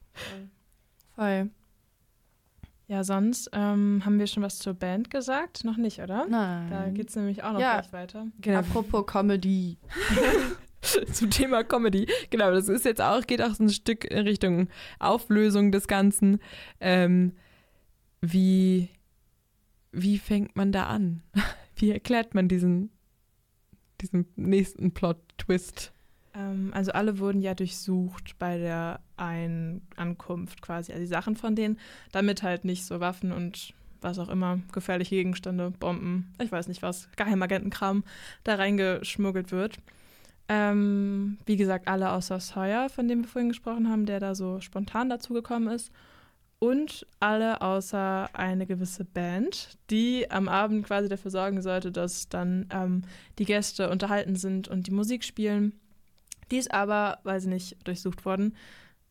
Voll. Ja, sonst ähm, haben wir schon was zur Band gesagt? Noch nicht, oder? Nein. Da geht es nämlich auch noch Ja. gleich weiter. Genau. Apropos Comedy. Zum Thema Comedy. Genau, das ist jetzt auch, geht auch so ein Stück in Richtung Auflösung des Ganzen. Ähm, wie, wie fängt man da an? Wie erklärt man diesen, diesen nächsten Plot-Twist? Ähm, also alle wurden ja durchsucht bei der Einankunft quasi. Also die Sachen von denen, damit halt nicht so Waffen und was auch immer, gefährliche Gegenstände, Bomben, ich weiß nicht was, Geheimagentenkram da reingeschmuggelt wird. Ähm, wie gesagt, alle außer Sawyer, von dem wir vorhin gesprochen haben, der da so spontan dazugekommen ist. Und alle außer eine gewisse Band, die am Abend quasi dafür sorgen sollte, dass dann ähm, die Gäste unterhalten sind und die Musik spielen. Die ist aber, weil sie nicht durchsucht wurden,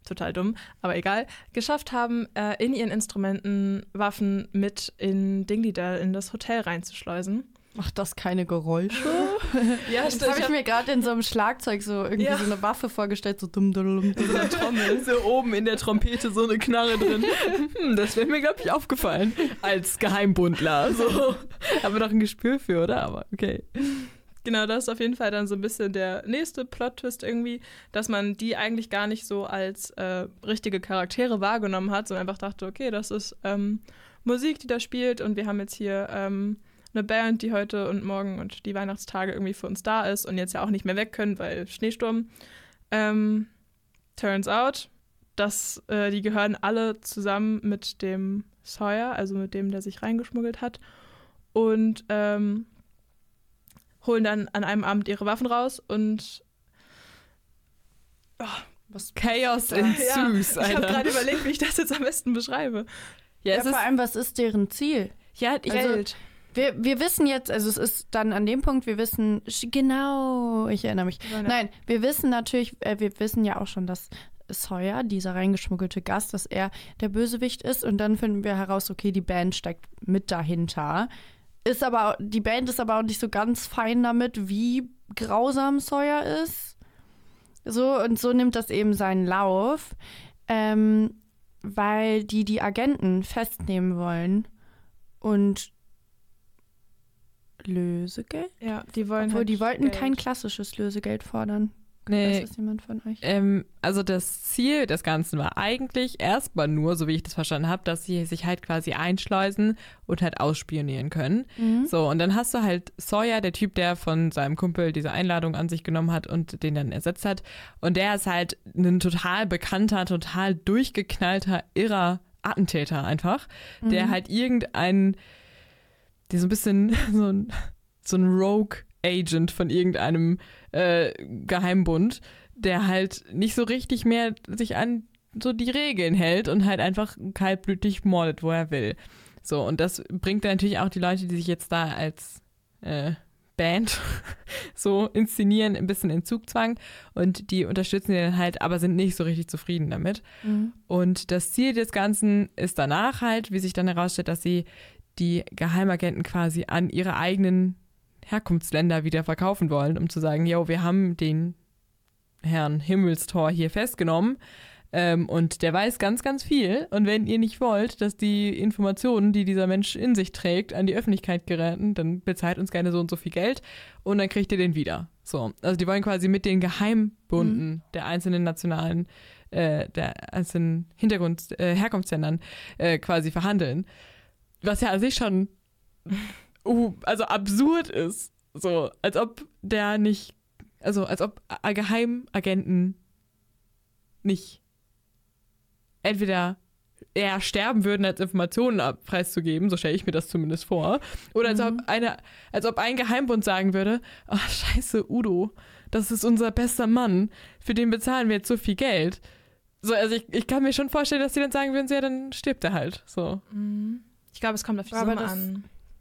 total dumm, aber egal, geschafft haben, äh, in ihren Instrumenten Waffen mit in Dingley-Dell in das Hotel reinzuschleusen. Macht das keine Geräusche? Ja, das habe ich mir gerade in so einem Schlagzeug so irgendwie Ja. so eine Waffe vorgestellt, so dumm, dumm, dumm, so eine Trommel. So oben in der Trompete so eine Knarre drin. Hm, das wäre mir, glaube ich, aufgefallen. Als Geheimbundler. So. Haben wir doch ein Gespür für, oder? Aber okay. Genau, das ist auf jeden Fall dann so ein bisschen der nächste Plot-Twist irgendwie, dass man die eigentlich gar nicht so als äh, richtige Charaktere wahrgenommen hat, sondern einfach dachte, okay, das ist ähm, Musik, die da spielt und wir haben jetzt hier ähm, eine Band, die heute und morgen und die Weihnachtstage irgendwie für uns da ist und jetzt ja auch nicht mehr weg können, weil Schneesturm. Ähm, turns out, dass äh, die gehören alle zusammen mit dem Sawyer, also mit dem, der sich reingeschmuggelt hat und ähm, holen dann an einem Abend ihre Waffen raus und oh, Was Chaos ja, ensues, ich habe Alter. gerade überlegt, wie ich das jetzt am besten beschreibe. Ja, Ja, es ist, vor allem, was ist deren Ziel? ja, ich, Also- Geld. Wir, wir wissen jetzt, also es ist dann an dem Punkt, wir wissen, sch- genau, ich erinnere mich. Nein, wir wissen natürlich, äh, wir wissen ja auch schon, dass Sawyer, dieser reingeschmuggelte Gast, dass er der Bösewicht ist und dann finden wir heraus, okay, die Band steckt mit dahinter. Ist aber, die Band ist aber auch nicht so ganz fein damit, wie grausam Sawyer ist. So, und so nimmt das eben seinen Lauf, ähm, weil die die Agenten festnehmen wollen und Lösegeld? Ja, die wollen Obwohl, halt die wollten Geld. kein klassisches Lösegeld fordern. nee, Weiß das jemand von euch? ähm, also das Ziel des Ganzen war eigentlich erstmal nur, so wie ich das verstanden habe, dass sie sich halt quasi einschleusen und halt ausspionieren können. Mhm. So, und dann hast du halt Sawyer, der Typ, der von seinem Kumpel diese Einladung an sich genommen hat und den dann ersetzt hat. Und der ist halt ein total bekannter, total durchgeknallter, irrer Attentäter einfach, der Mhm. halt irgendeinen, der so ein bisschen so ein, so ein Rogue-Agent von irgendeinem äh, Geheimbund, der halt nicht so richtig mehr sich an so die Regeln hält und halt einfach kaltblütig mordet, wo er will. So, und das bringt dann natürlich auch die Leute, die sich jetzt da als äh, Band so inszenieren, ein bisschen in Zugzwang und die unterstützen ihn dann halt, aber sind nicht so richtig zufrieden damit. Mhm. Und das Ziel des Ganzen ist danach halt, wie sich dann herausstellt, dass sie die Geheimagenten quasi an ihre eigenen Herkunftsländer wieder verkaufen wollen, um zu sagen, yo, wir haben den Herrn Himmelstor hier festgenommen ähm, und der weiß ganz, ganz viel. Und wenn ihr nicht wollt, dass die Informationen, die dieser Mensch in sich trägt, an die Öffentlichkeit geraten, dann bezahlt uns gerne so und so viel Geld und dann kriegt ihr den wieder. So, also die wollen quasi mit den Geheimbunden Mhm. der einzelnen nationalen, äh, der einzelnen Hintergrund, äh, Herkunftsländern äh, quasi verhandeln. Was ja an sich schon uh, also absurd ist. So, als ob der nicht, also als ob A- Geheimagenten nicht entweder eher sterben würden, als Informationen ab- preiszugeben, so stelle ich mir das zumindest vor. Oder als, Mhm. ob eine, als ob ein Geheimbund sagen würde, oh scheiße, Udo, das ist unser bester Mann, für den bezahlen wir jetzt so viel Geld. So, also ich, ich kann mir schon vorstellen, dass die dann sagen würden, so, ja, dann stirbt er halt. So. Mhm. Ich glaube, es kommt auf die Aber Summe das- an.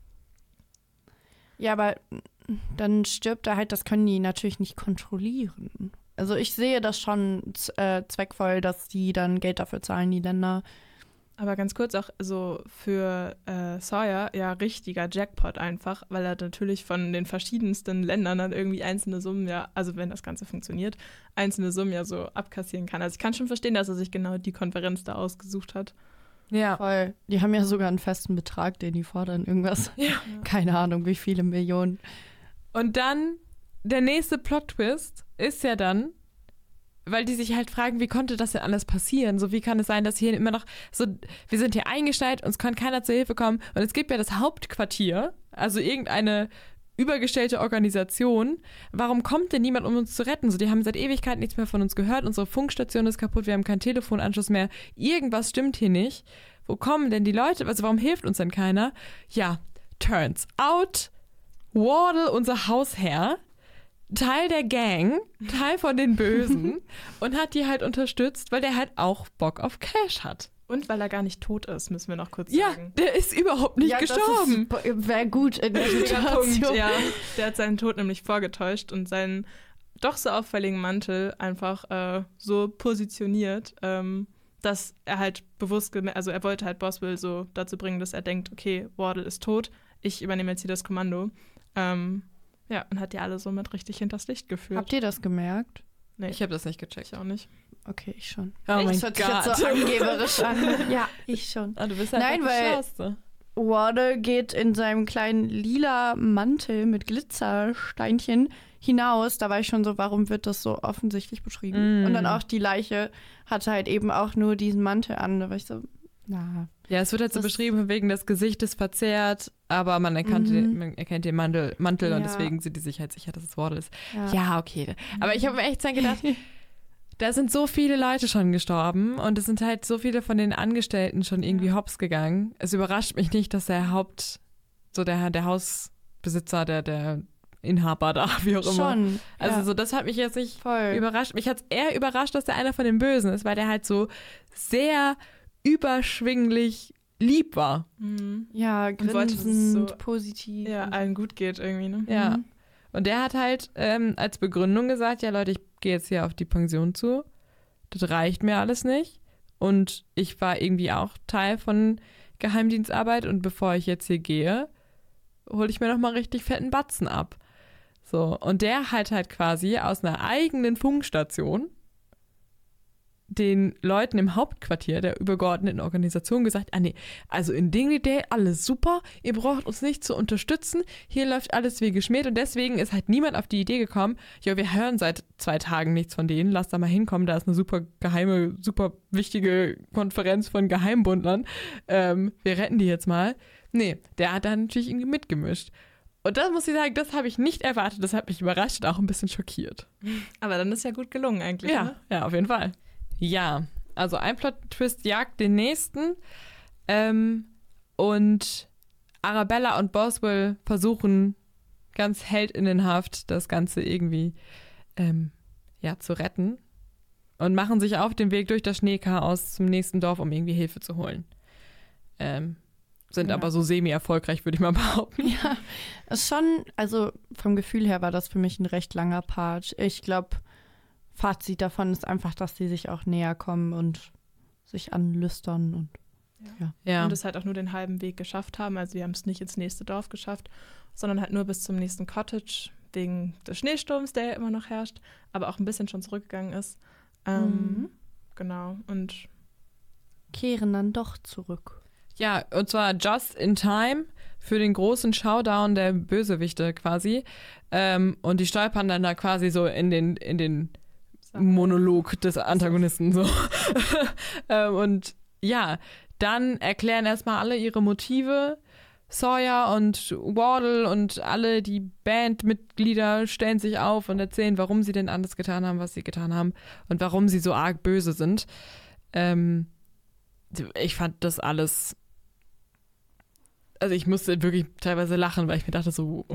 Ja, aber dann stirbt er halt, das können die natürlich nicht kontrollieren. Also ich sehe das schon z- äh, zweckvoll, dass die dann Geld dafür zahlen, die Länder. Aber ganz kurz auch so für äh, Sawyer ja richtiger Jackpot einfach, weil er natürlich von den verschiedensten Ländern dann irgendwie einzelne Summen ja, also wenn das Ganze funktioniert, einzelne Summen ja so abkassieren kann. Also ich kann schon verstehen, dass er sich genau die Konferenz da ausgesucht hat. Ja. Voll. Die haben ja sogar einen festen Betrag, den die fordern, irgendwas. Keine Ahnung, wie viele Millionen. Und dann, der nächste Plot-Twist ist ja dann, weil die sich halt fragen, wie konnte das denn alles passieren? So, wie kann es sein, dass hier immer noch so, wir sind hier eingeschneit, uns kann keiner zur Hilfe kommen. Und es gibt ja das Hauptquartier, also irgendeine übergestellte Organisation. Warum kommt denn niemand, um uns zu retten? So, die haben seit Ewigkeit nichts mehr von uns gehört. Unsere Funkstation ist kaputt, wir haben keinen Telefonanschluss mehr. Irgendwas stimmt hier nicht. Wo kommen denn die Leute? Also warum hilft uns denn keiner? Ja, turns out, Wardle, unser Hausherr, Teil der Gang, Teil von den Bösen und hat die halt unterstützt, weil der halt auch Bock auf Cash hat. Und weil er gar nicht tot ist, müssen wir noch kurz Ja, sagen. der ist überhaupt nicht ja, gestorben. Wäre gut in der Wichtiger Situation. Punkt, ja. Der hat seinen Tod nämlich vorgetäuscht und sein doch so auffälligen Mantel einfach äh, so positioniert, ähm, dass er halt bewusst, gem- also er wollte halt Boswell so dazu bringen, dass er denkt, okay, Wardle ist tot, ich übernehme jetzt hier das Kommando. Ähm, ja, und hat die alle somit richtig hinters Licht geführt. Habt ihr das gemerkt? Nee, Ich habe das nicht gecheckt. ich auch nicht. Okay, ich schon. Oh mein das hört sich jetzt Gott. so angeberisch an. Ja, ich schon. Ah, du bist halt Nein, der weil- Schlauste. Wardle geht in seinem kleinen lila Mantel mit Glitzersteinchen hinaus. Da war ich schon so, warum wird das so offensichtlich beschrieben? Mm. Und dann auch die Leiche hatte halt eben auch nur diesen Mantel an. Da war ich so, na. Ja, es wird halt so Das- beschrieben, von wegen das Gesicht ist verzerrt, aber man erkennt, Mhm. den, man erkennt den Mantel, Mantel und Ja. deswegen sind die sich halt sicher, dass es Wardle ist. Ja. Ja, okay. Aber ich habe mir echt dann gedacht, da sind so viele Leute schon gestorben und es sind halt so viele von den Angestellten schon irgendwie hops gegangen. Es überrascht mich nicht, dass der Haupt, so der, der Hausbesitzer, der, der Inhaber da, wie auch immer. Schon. Also ja. so, das hat mich jetzt nicht voll. überrascht. Mich hat es eher überrascht, dass der einer von den Bösen ist, weil der halt so sehr überschwinglich lieb war. Mhm. Ja, wollte, dass es grinsend, so- positiv. Ja, allen gut geht irgendwie, ne? Ja. Mhm. Und der hat halt ähm, als Begründung gesagt, ja Leute, ich gehe jetzt hier auf die Pension zu. Das reicht mir alles nicht. Und ich war irgendwie auch Teil von Geheimdienstarbeit und bevor ich jetzt hier gehe, hole ich mir noch mal richtig fetten Batzen ab. So, und der hat halt quasi aus einer eigenen Funkstation den Leuten im Hauptquartier der übergeordneten Organisation gesagt, ah nee, also in Dignity alles super, ihr braucht uns nicht zu unterstützen, hier läuft alles wie geschmiert und deswegen ist halt niemand auf die Idee gekommen, ja, wir hören seit zwei Tagen nichts von denen, lasst da mal hinkommen, da ist eine super geheime, super wichtige Konferenz von Geheimbundlern, ähm, wir retten die jetzt mal. Nee, der hat da natürlich irgendwie mitgemischt. Und das muss ich sagen, das habe ich nicht erwartet, das hat mich überrascht und auch ein bisschen schockiert. Aber dann ist ja gut gelungen eigentlich, Ja, ne? ja, auf jeden Fall. Ja, also ein Plot-Twist jagt den nächsten. Ähm, und Arabella und Boswell versuchen ganz heldinnenhaft das Ganze irgendwie ähm, ja, zu retten. Und machen sich auf den Weg durch das Schneechaos zum nächsten Dorf, um irgendwie Hilfe zu holen. Ähm, sind Ja. aber so semi-erfolgreich, würde ich mal behaupten. Ja, ist schon, also vom Gefühl her war das für mich ein recht langer Part. Ich glaube, Fazit davon ist einfach, dass sie sich auch näher kommen und sich anlüstern und ja. Ja. Und es halt auch nur den halben Weg geschafft haben. Also wir haben es nicht ins nächste Dorf geschafft, sondern halt nur bis zum nächsten Cottage, wegen des Schneesturms, der ja immer noch herrscht, aber auch ein bisschen schon zurückgegangen ist. Ähm, Mhm. Genau, und Kehren dann doch zurück. Ja, und zwar just in time für den großen Showdown der Bösewichte quasi. Ähm, und die stolpern dann da quasi so in den, in den Monolog des Antagonisten. So. ähm, und ja, dann erklären erstmal alle ihre Motive. Sawyer und Wardle und alle die Bandmitglieder stellen sich auf und erzählen, warum sie denn alles getan haben, was sie getan haben und warum sie so arg böse sind. Ähm, ich fand das alles. Also ich musste wirklich teilweise lachen, weil ich mir dachte so,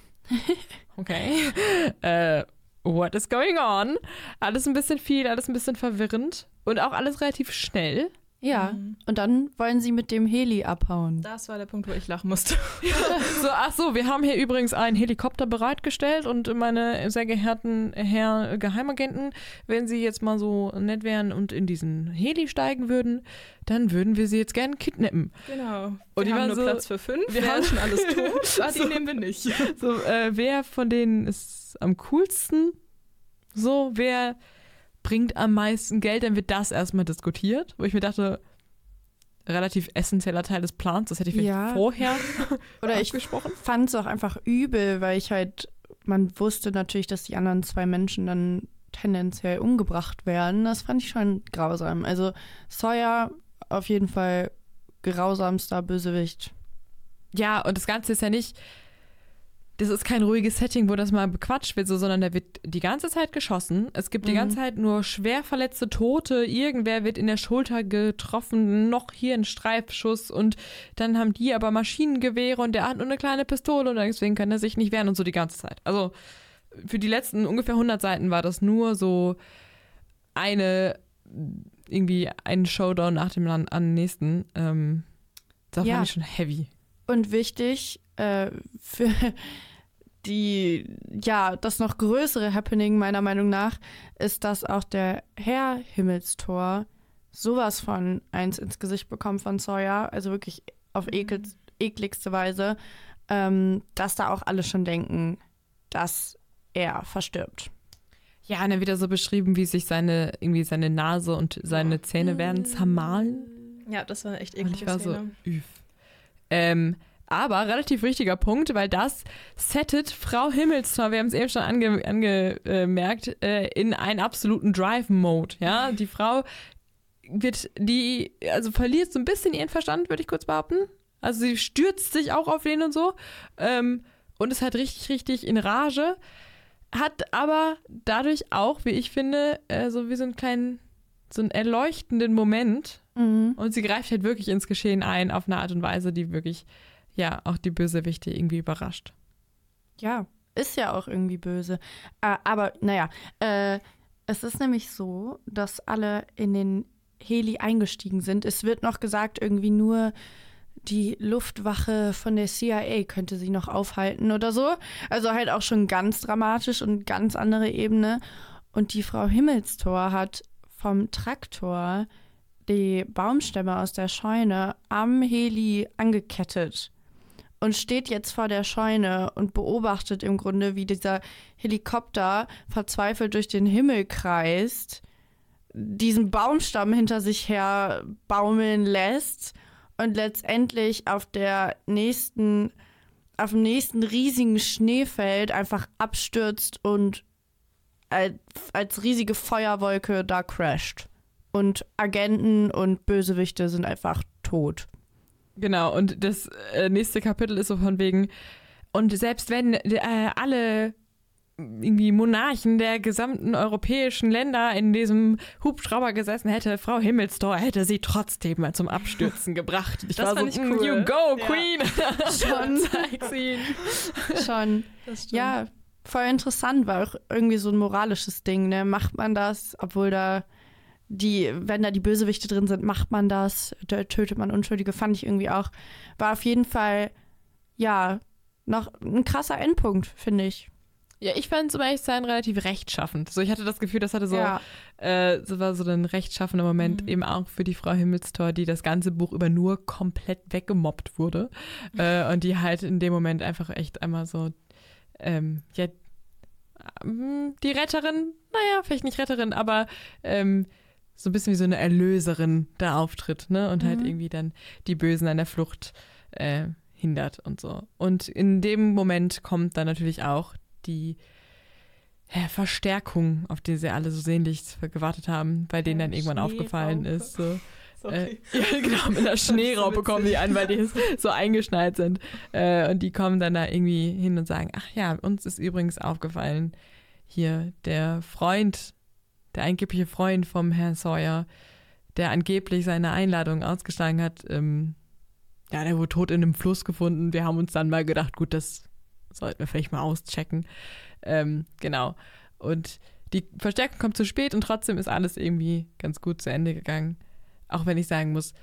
okay, äh, what is going on? Alles ein bisschen viel, alles ein bisschen verwirrend und auch alles relativ schnell. Ja, Mhm. und dann wollen sie mit dem Heli abhauen. das war der Punkt, wo ich lachen musste. So, ach so, wir haben hier übrigens einen Helikopter bereitgestellt und meine sehr geehrten Herr Geheimagenten, wenn Sie jetzt mal so nett wären und in diesen Heli steigen würden, dann würden wir Sie jetzt gerne kidnappen. Genau. Und Wir die haben waren nur so- Platz für fünf. wir Wir haben- haben schon alles tot. Ah, die So. nehmen wir nicht. So, äh, wer von denen ist am coolsten? So, wer bringt am meisten Geld? Dann wird das erstmal diskutiert, wo ich mir dachte, relativ essentieller Teil des Plans, das hätte ich vielleicht Ja. vorher Oder ich abgesprochen. fand es auch einfach übel, weil ich halt, man wusste natürlich, dass die anderen zwei Menschen dann tendenziell umgebracht werden. Das fand ich schon grausam. Also Sawyer auf jeden Fall grausamster Bösewicht. Ja, und das Ganze ist ja nicht, das ist kein ruhiges Setting, wo das mal bequatscht wird, so, sondern da wird die ganze Zeit geschossen. Es gibt die Mhm. ganze Zeit nur schwer verletzte Tote. Irgendwer wird in der Schulter getroffen, noch hier ein Streifschuss und dann haben die aber Maschinengewehre und der hat nur eine kleine Pistole und deswegen kann er sich nicht wehren und so die ganze Zeit. Also für die letzten ungefähr hundert Seiten war das nur so eine, irgendwie ein Showdown nach dem an, an nächsten. Ähm, das Ja. fand ich schon heavy. Und wichtig, äh, für die, ja, das noch größere Happening meiner Meinung nach ist, dass auch der Herr Himmelstor sowas von eins ins Gesicht bekommt von Sawyer, also wirklich auf ekel, ekligste Weise, ähm, dass da auch alle schon denken, dass er verstirbt. Ja, und dann wieder so beschrieben, wie sich seine, irgendwie seine Nase und seine Zähne werden zermahlen. Ja, das war eine echt Und ich eklige war Szene. so, üff. Ähm, aber relativ wichtiger Punkt, weil das settet Frau Himmelstor, wir haben es eben schon ange, angemerkt, äh, in einen absoluten Drive-Mode. Ja, die Frau wird, die, also verliert so ein bisschen ihren Verstand, würde ich kurz behaupten. Also sie stürzt sich auch auf den und so ähm, und ist halt richtig, richtig in Rage. Hat aber dadurch auch, wie ich finde, äh, so wie so einen kleinen, so einen erleuchtenden Moment. Mhm. Und sie greift halt wirklich ins Geschehen ein auf eine Art und Weise, die wirklich, ja, auch die Bösewichte irgendwie überrascht. Ja, ist ja auch irgendwie böse. Äh, aber naja, äh, es ist nämlich so, dass alle in den Heli eingestiegen sind. Es wird noch gesagt, irgendwie nur die Luftwache von der C I A könnte sie noch aufhalten oder so. Also halt auch schon ganz dramatisch und ganz andere Ebene. Und die Frau Himmelstor hat vom Traktor die Baumstämme aus der Scheune am Heli angekettet und steht jetzt vor der Scheune und beobachtet im Grunde, wie dieser Helikopter verzweifelt durch den Himmel kreist, diesen Baumstamm hinter sich her baumeln lässt und letztendlich auf der nächsten, auf dem nächsten riesigen Schneefeld einfach abstürzt und als, als riesige Feuerwolke da crasht. Und Agenten und Bösewichte sind einfach tot. Genau, und das äh, nächste Kapitel ist so von wegen, und selbst wenn äh, alle irgendwie Monarchen der gesamten europäischen Länder in diesem Hubschrauber gesessen hätte, Frau Himmelstor hätte sie trotzdem mal zum Abstürzen gebracht. Ich Das war fand so, ich cool. you go, Ja. Queen! Schon. Zeig sie. Schon. Das stimmt. Ja, voll interessant, war auch irgendwie so ein moralisches Ding, ne? Macht man das, obwohl da die, wenn da die Bösewichte drin sind, macht man das, da tötet man Unschuldige, fand ich irgendwie auch. War auf jeden Fall, ja, noch ein krasser Endpunkt, finde ich. Ja, ich fand es, um ehrlich zu sein, relativ rechtschaffend. So, ich hatte das Gefühl, das hatte so, Ja. äh, so war so ein rechtschaffender Moment, Mhm. eben auch für die Frau Himmelstor, die das ganze Buch über nur komplett weggemobbt wurde. äh, und die halt in dem Moment einfach echt einmal so, ähm, ja, ähm, die Retterin, naja, vielleicht nicht Retterin, aber ähm, so ein bisschen wie so eine Erlöserin da auftritt, ne? Und halt Mhm. irgendwie dann die Bösen an der Flucht äh, hindert und so. Und in dem Moment kommt dann natürlich auch die ja, Verstärkung, auf die sie alle so sehnlichst gewartet haben, bei denen Ja, dann irgendwann aufgefallen Schneeraupe. ist. So, äh, Sorry. ja, genau, mit einer Schneeraupe so kommen die witzig. an, weil die so eingeschneit sind. Äh, und die kommen dann da irgendwie hin und sagen, ach ja, uns ist übrigens aufgefallen, hier der Freund, der angebliche Freund vom Herrn Sawyer, der angeblich seine Einladung ausgeschlagen hat, ähm, ja, der wurde tot in einem Fluss gefunden. Wir haben uns dann mal gedacht, gut, das sollten wir vielleicht mal auschecken. Ähm, genau. Und die Verstärkung kommt zu spät und trotzdem ist alles irgendwie ganz gut zu Ende gegangen. Auch wenn ich sagen muss,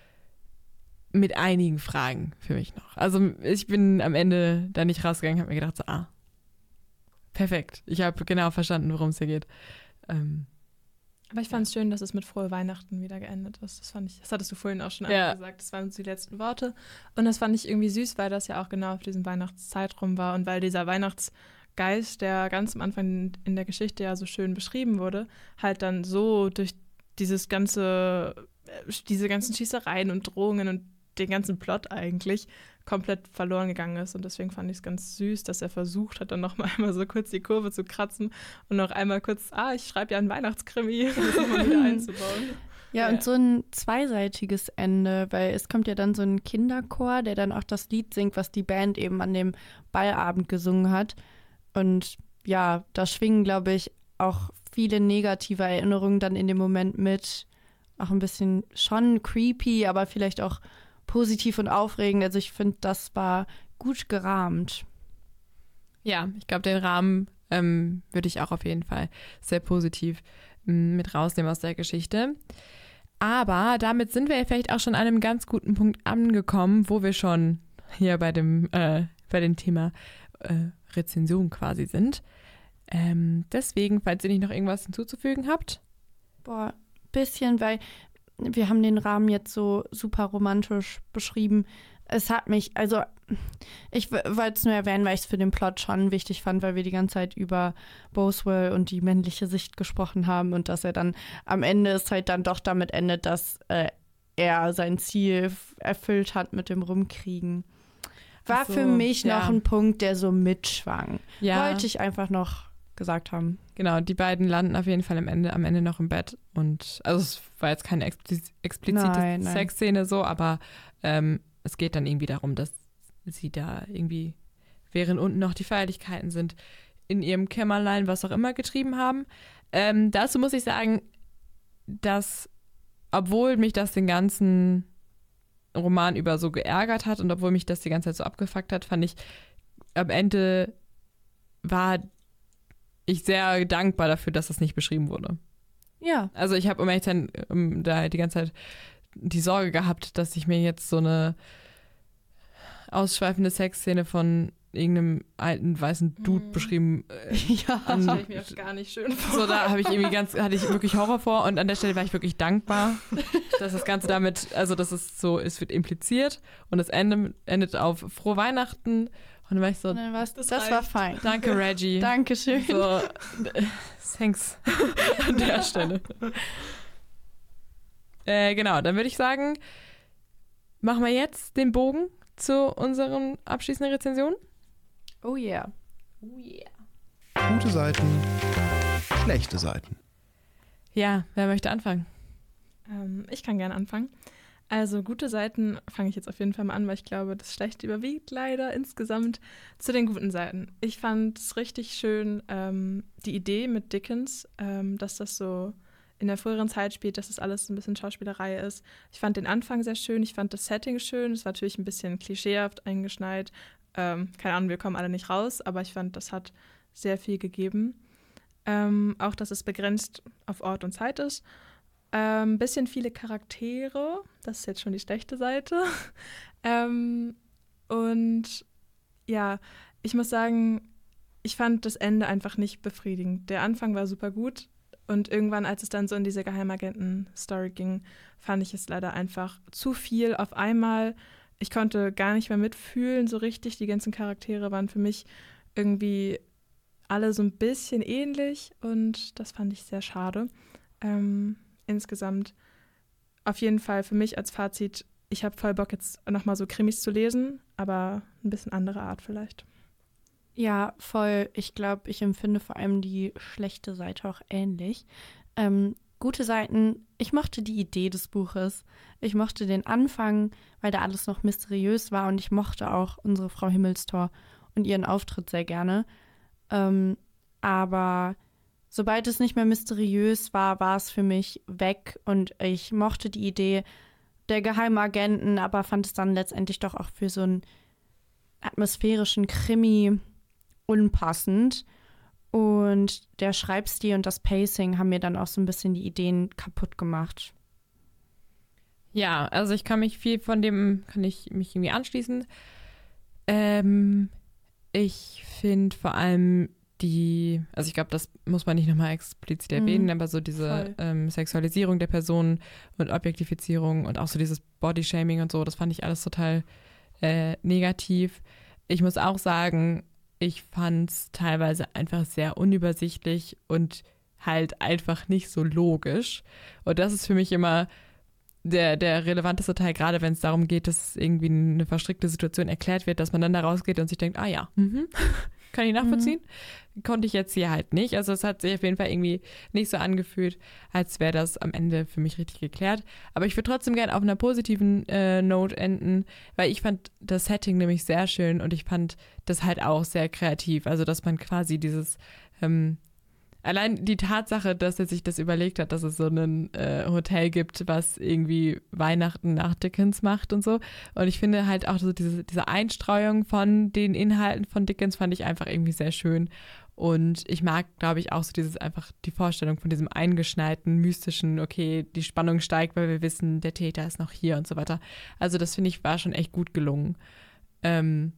mit einigen Fragen für mich noch. Also ich bin am Ende da nicht rausgegangen, habe mir gedacht, so, ah, perfekt. Ich habe genau verstanden, worum es hier geht. Ähm, Aber ich fand es schön, dass es mit Frohe Weihnachten wieder geendet ist. Das fand ich, das hattest du vorhin auch schon Ja. gesagt. Das waren so die letzten Worte. Und das fand ich irgendwie süß, weil das ja auch genau auf diesem Weihnachtszeitraum war und weil dieser Weihnachtsgeist, der ganz am Anfang in der Geschichte ja so schön beschrieben wurde, halt dann so durch dieses ganze, diese ganzen Schießereien und Drohungen und den ganzen Plot eigentlich komplett verloren gegangen ist. Und deswegen fand ich es ganz süß, dass er versucht hat, dann noch mal einmal so kurz die Kurve zu kratzen und noch einmal kurz, ah, ich schreibe ja einen Weihnachtskrimi, das nochmal wieder einzubauen. Ja, Ja. und so ein zweiseitiges Ende, weil es kommt ja dann so ein Kinderchor, der dann auch das Lied singt, was die Band eben an dem Ballabend gesungen hat. Und ja, da schwingen, glaube ich, auch viele negative Erinnerungen dann in dem Moment mit. Auch ein bisschen schon creepy, aber vielleicht auch positiv und aufregend. Also ich finde, das war gut gerahmt. Ja, ich glaube, den Rahmen ähm, würde ich auch auf jeden Fall sehr positiv m, mit rausnehmen aus der Geschichte. Aber damit sind wir ja vielleicht auch schon an einem ganz guten Punkt angekommen, wo wir schon hier bei dem, äh, bei dem Thema äh, Rezension quasi sind. Ähm, deswegen, falls ihr nicht noch irgendwas hinzuzufügen habt. Boah, bisschen, weil wir haben den Rahmen jetzt so super romantisch beschrieben. Es hat mich, also ich w- wollte es nur erwähnen, weil ich es für den Plot schon wichtig fand, weil wir die ganze Zeit über Boswell und die männliche Sicht gesprochen haben und dass er dann am Ende es halt dann doch damit endet, dass äh, er sein Ziel f- erfüllt hat mit dem Rumkriegen. War Ach so, für mich ja. noch ein Punkt, der so mitschwang. Ja, Wollte ich einfach noch gesagt haben. genau, die beiden landen auf jeden Fall am Ende, am Ende noch im Bett. Und also es war jetzt keine expliz- explizite Nein, nein. Sexszene so, aber ähm, es geht dann irgendwie darum, dass sie da irgendwie, während unten noch die Feierlichkeiten sind, in ihrem Kämmerlein, was auch immer, getrieben haben. Ähm, dazu muss ich sagen, dass, obwohl mich das den ganzen Roman über so geärgert hat und obwohl mich das die ganze Zeit so abgefuckt hat, fand ich, am Ende war ich sehr dankbar dafür, dass das nicht beschrieben wurde. Ja. Also ich habe um ehrlich zu sein, um, da die ganze Zeit die Sorge gehabt, dass ich mir jetzt so eine ausschweifende Sexszene von irgendeinem alten weißen Dude Mhm. beschrieben. Äh, Ja. an- Das stelle ich mir auch gar nicht schön vor. so, da habe ich irgendwie ganz, hatte ich wirklich Horror vor und an der Stelle war ich wirklich dankbar, dass das Ganze damit, also dass es so, es wird impliziert und es endet, endet auf Frohe Weihnachten und dann war ich so, Und dann war's, Das das war reicht. fein. danke Reggie. Dankeschön. So, äh, thanks an der Stelle. Äh, genau, dann würde ich sagen, machen wir jetzt den Bogen zu unseren abschließenden Rezensionen. Oh yeah. Gute Seiten, schlechte Seiten. Ja, wer möchte anfangen? Ähm, ich kann gerne anfangen. Also gute Seiten fange ich jetzt auf jeden Fall mal an, weil ich glaube, das Schlechte überwiegt leider insgesamt zu den guten Seiten. Ich fand es richtig schön, ähm, die Idee mit Dickens, ähm, dass das so in der früheren Zeit spielt, dass das alles ein bisschen Schauspielerei ist. Ich fand den Anfang sehr schön, ich fand das Setting schön, es war natürlich ein bisschen klischeehaft eingeschneit. Ähm, keine Ahnung, wir kommen alle nicht raus, aber ich fand, das hat sehr viel gegeben. Ähm, auch, dass es begrenzt auf Ort und Zeit ist. Ein ähm, bisschen viele Charaktere, das ist jetzt schon die schlechte Seite. ähm, und ja, ich muss sagen, ich fand das Ende einfach nicht befriedigend. Der Anfang war super gut und irgendwann, als es dann so in diese Geheimagenten-Story ging, fand ich es leider einfach zu viel auf einmal. Ich konnte gar nicht mehr mitfühlen so richtig. Die ganzen Charaktere waren für mich irgendwie alle so ein bisschen ähnlich und das fand ich sehr schade. Ähm, insgesamt auf jeden Fall für mich als Fazit, ich habe voll Bock jetzt nochmal so Krimis zu lesen, aber ein bisschen andere Art vielleicht. Ja, voll. Ich glaube, ich empfinde vor allem die schlechte Seite auch ähnlich. Ähm, gute Seiten, ich mochte die Idee des Buches. Ich mochte den Anfang, weil da alles noch mysteriös war und ich mochte auch unsere Frau Himmelstor und ihren Auftritt sehr gerne. Ähm, aber sobald es nicht mehr mysteriös war, war es für mich weg und ich mochte die Idee der Geheimagenten, aber fand es dann letztendlich doch auch für so einen atmosphärischen Krimi unpassend. Und der Schreibstil und das Pacing haben mir dann auch so ein bisschen die Ideen kaputt gemacht. Ja, also ich kann mich viel von dem, kann ich mich irgendwie anschließen. Ähm, ich finde vor allem die, also ich glaube, das muss man nicht nochmal explizit erwähnen, Mhm, aber so diese voll. ähm, Sexualisierung der Person und Objektifizierung und auch so dieses Bodyshaming und so, das fand ich alles total äh, negativ. Ich muss auch sagen, ich fand es teilweise einfach sehr unübersichtlich und halt einfach nicht so logisch. Und das ist für mich immer der, der relevanteste Teil, gerade wenn es darum geht, dass irgendwie eine verstrickte Situation erklärt wird, dass man dann da rausgeht und sich denkt, ah ja, mhm. Kann ich nachvollziehen. Mhm. Konnte ich jetzt hier halt nicht. Also es hat sich auf jeden Fall irgendwie nicht so angefühlt, als wäre das am Ende für mich richtig geklärt. Aber ich würde trotzdem gerne auf einer positiven äh, Note enden, weil ich fand das Setting nämlich sehr schön und ich fand das halt auch sehr kreativ. Also dass man quasi dieses ähm, allein die Tatsache, dass er sich das überlegt hat, dass es so ein äh, Hotel gibt, was irgendwie Weihnachten nach Dickens macht und so. Und ich finde halt auch so diese, diese Einstreuung von den Inhalten von Dickens fand ich einfach irgendwie sehr schön. Und ich mag, glaube ich, auch so dieses einfach die Vorstellung von diesem eingeschneiten, mystischen, okay, die Spannung steigt, weil wir wissen, der Täter ist noch hier und so weiter. Also das finde ich war schon echt gut gelungen. Ähm,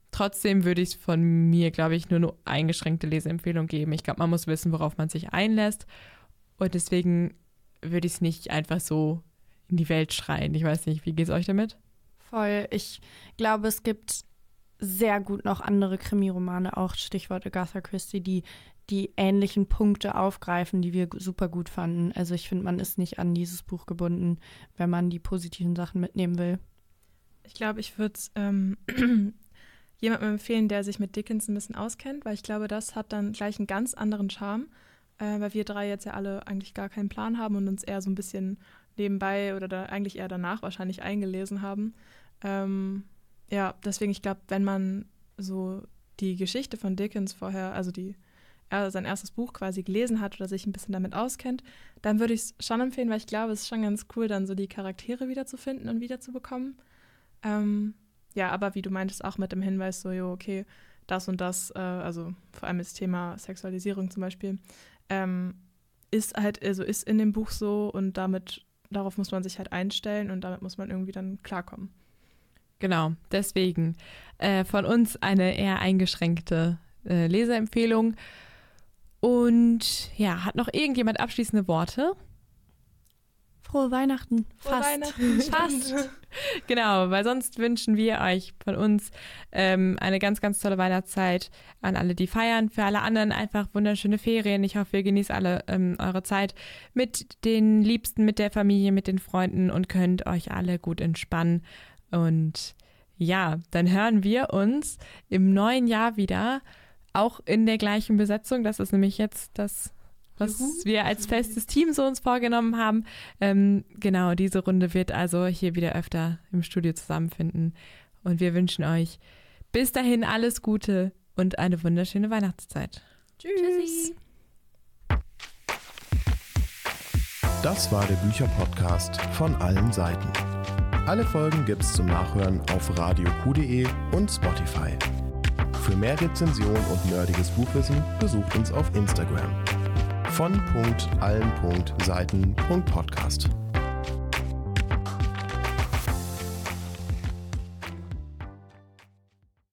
Trotzdem würde ich von mir, glaube ich, nur eine eingeschränkte Leseempfehlung geben. Ich glaube, man muss wissen, worauf man sich einlässt. Und deswegen würde ich es nicht einfach so in die Welt schreien. Ich weiß nicht, wie geht es euch damit? Voll. Ich glaube, es gibt sehr gut noch andere Krimiromane, auch Stichwort Agatha Christie, die die ähnlichen Punkte aufgreifen, die wir super gut fanden. Also ich finde, man ist nicht an dieses Buch gebunden, wenn man die positiven Sachen mitnehmen will. Ich glaube, ich würde es ähm, jemandem empfehlen, der sich mit Dickens ein bisschen auskennt, weil ich glaube, das hat dann gleich einen ganz anderen Charme, äh, weil wir drei jetzt ja alle eigentlich gar keinen Plan haben und uns eher so ein bisschen nebenbei oder da eigentlich eher danach wahrscheinlich eingelesen haben. Ähm, ja, deswegen, ich glaube, wenn man so die Geschichte von Dickens vorher, also die er sein erstes Buch quasi gelesen hat oder sich ein bisschen damit auskennt, dann würde ich es schon empfehlen, weil ich glaube, es ist schon ganz cool, dann so die Charaktere wiederzufinden und wiederzubekommen. Ähm, ja, aber wie du meintest, auch mit dem Hinweis so, jo, okay, das und das, äh, also vor allem das Thema Sexualisierung zum Beispiel, ähm, ist halt, also ist in dem Buch so und damit, darauf muss man sich halt einstellen und damit muss man irgendwie dann klarkommen. Genau, deswegen äh, von uns eine eher eingeschränkte äh, Leseempfehlung. Und ja, hat noch irgendjemand abschließende Worte? Frohe Weihnachten. Frohe Fast. Weihnachten. Fast. Genau, weil sonst wünschen wir euch von uns ähm, eine ganz, ganz tolle Weihnachtszeit an alle, die feiern. Für alle anderen einfach wunderschöne Ferien. Ich hoffe, ihr genießt alle ähm, eure Zeit mit den Liebsten, mit der Familie, mit den Freunden und könnt euch alle gut entspannen. Und ja, dann hören wir uns im neuen Jahr wieder. Auch in der gleichen Besetzung. Das ist nämlich jetzt das, was Juhu. wir als festes Team so uns vorgenommen haben. Ähm, genau, diese Runde wird also hier wieder öfter im Studio zusammenfinden. Und wir wünschen euch bis dahin alles Gute und eine wunderschöne Weihnachtszeit. Tschüss. Das war der Bücherpodcast von allen Seiten. Alle Folgen gibt's zum Nachhören auf radio punkt q punkt de und Spotify. Für mehr Rezension und nerdiges Buchwissen besucht uns auf Instagram. von punkt allen punkt seiten punkt podcast.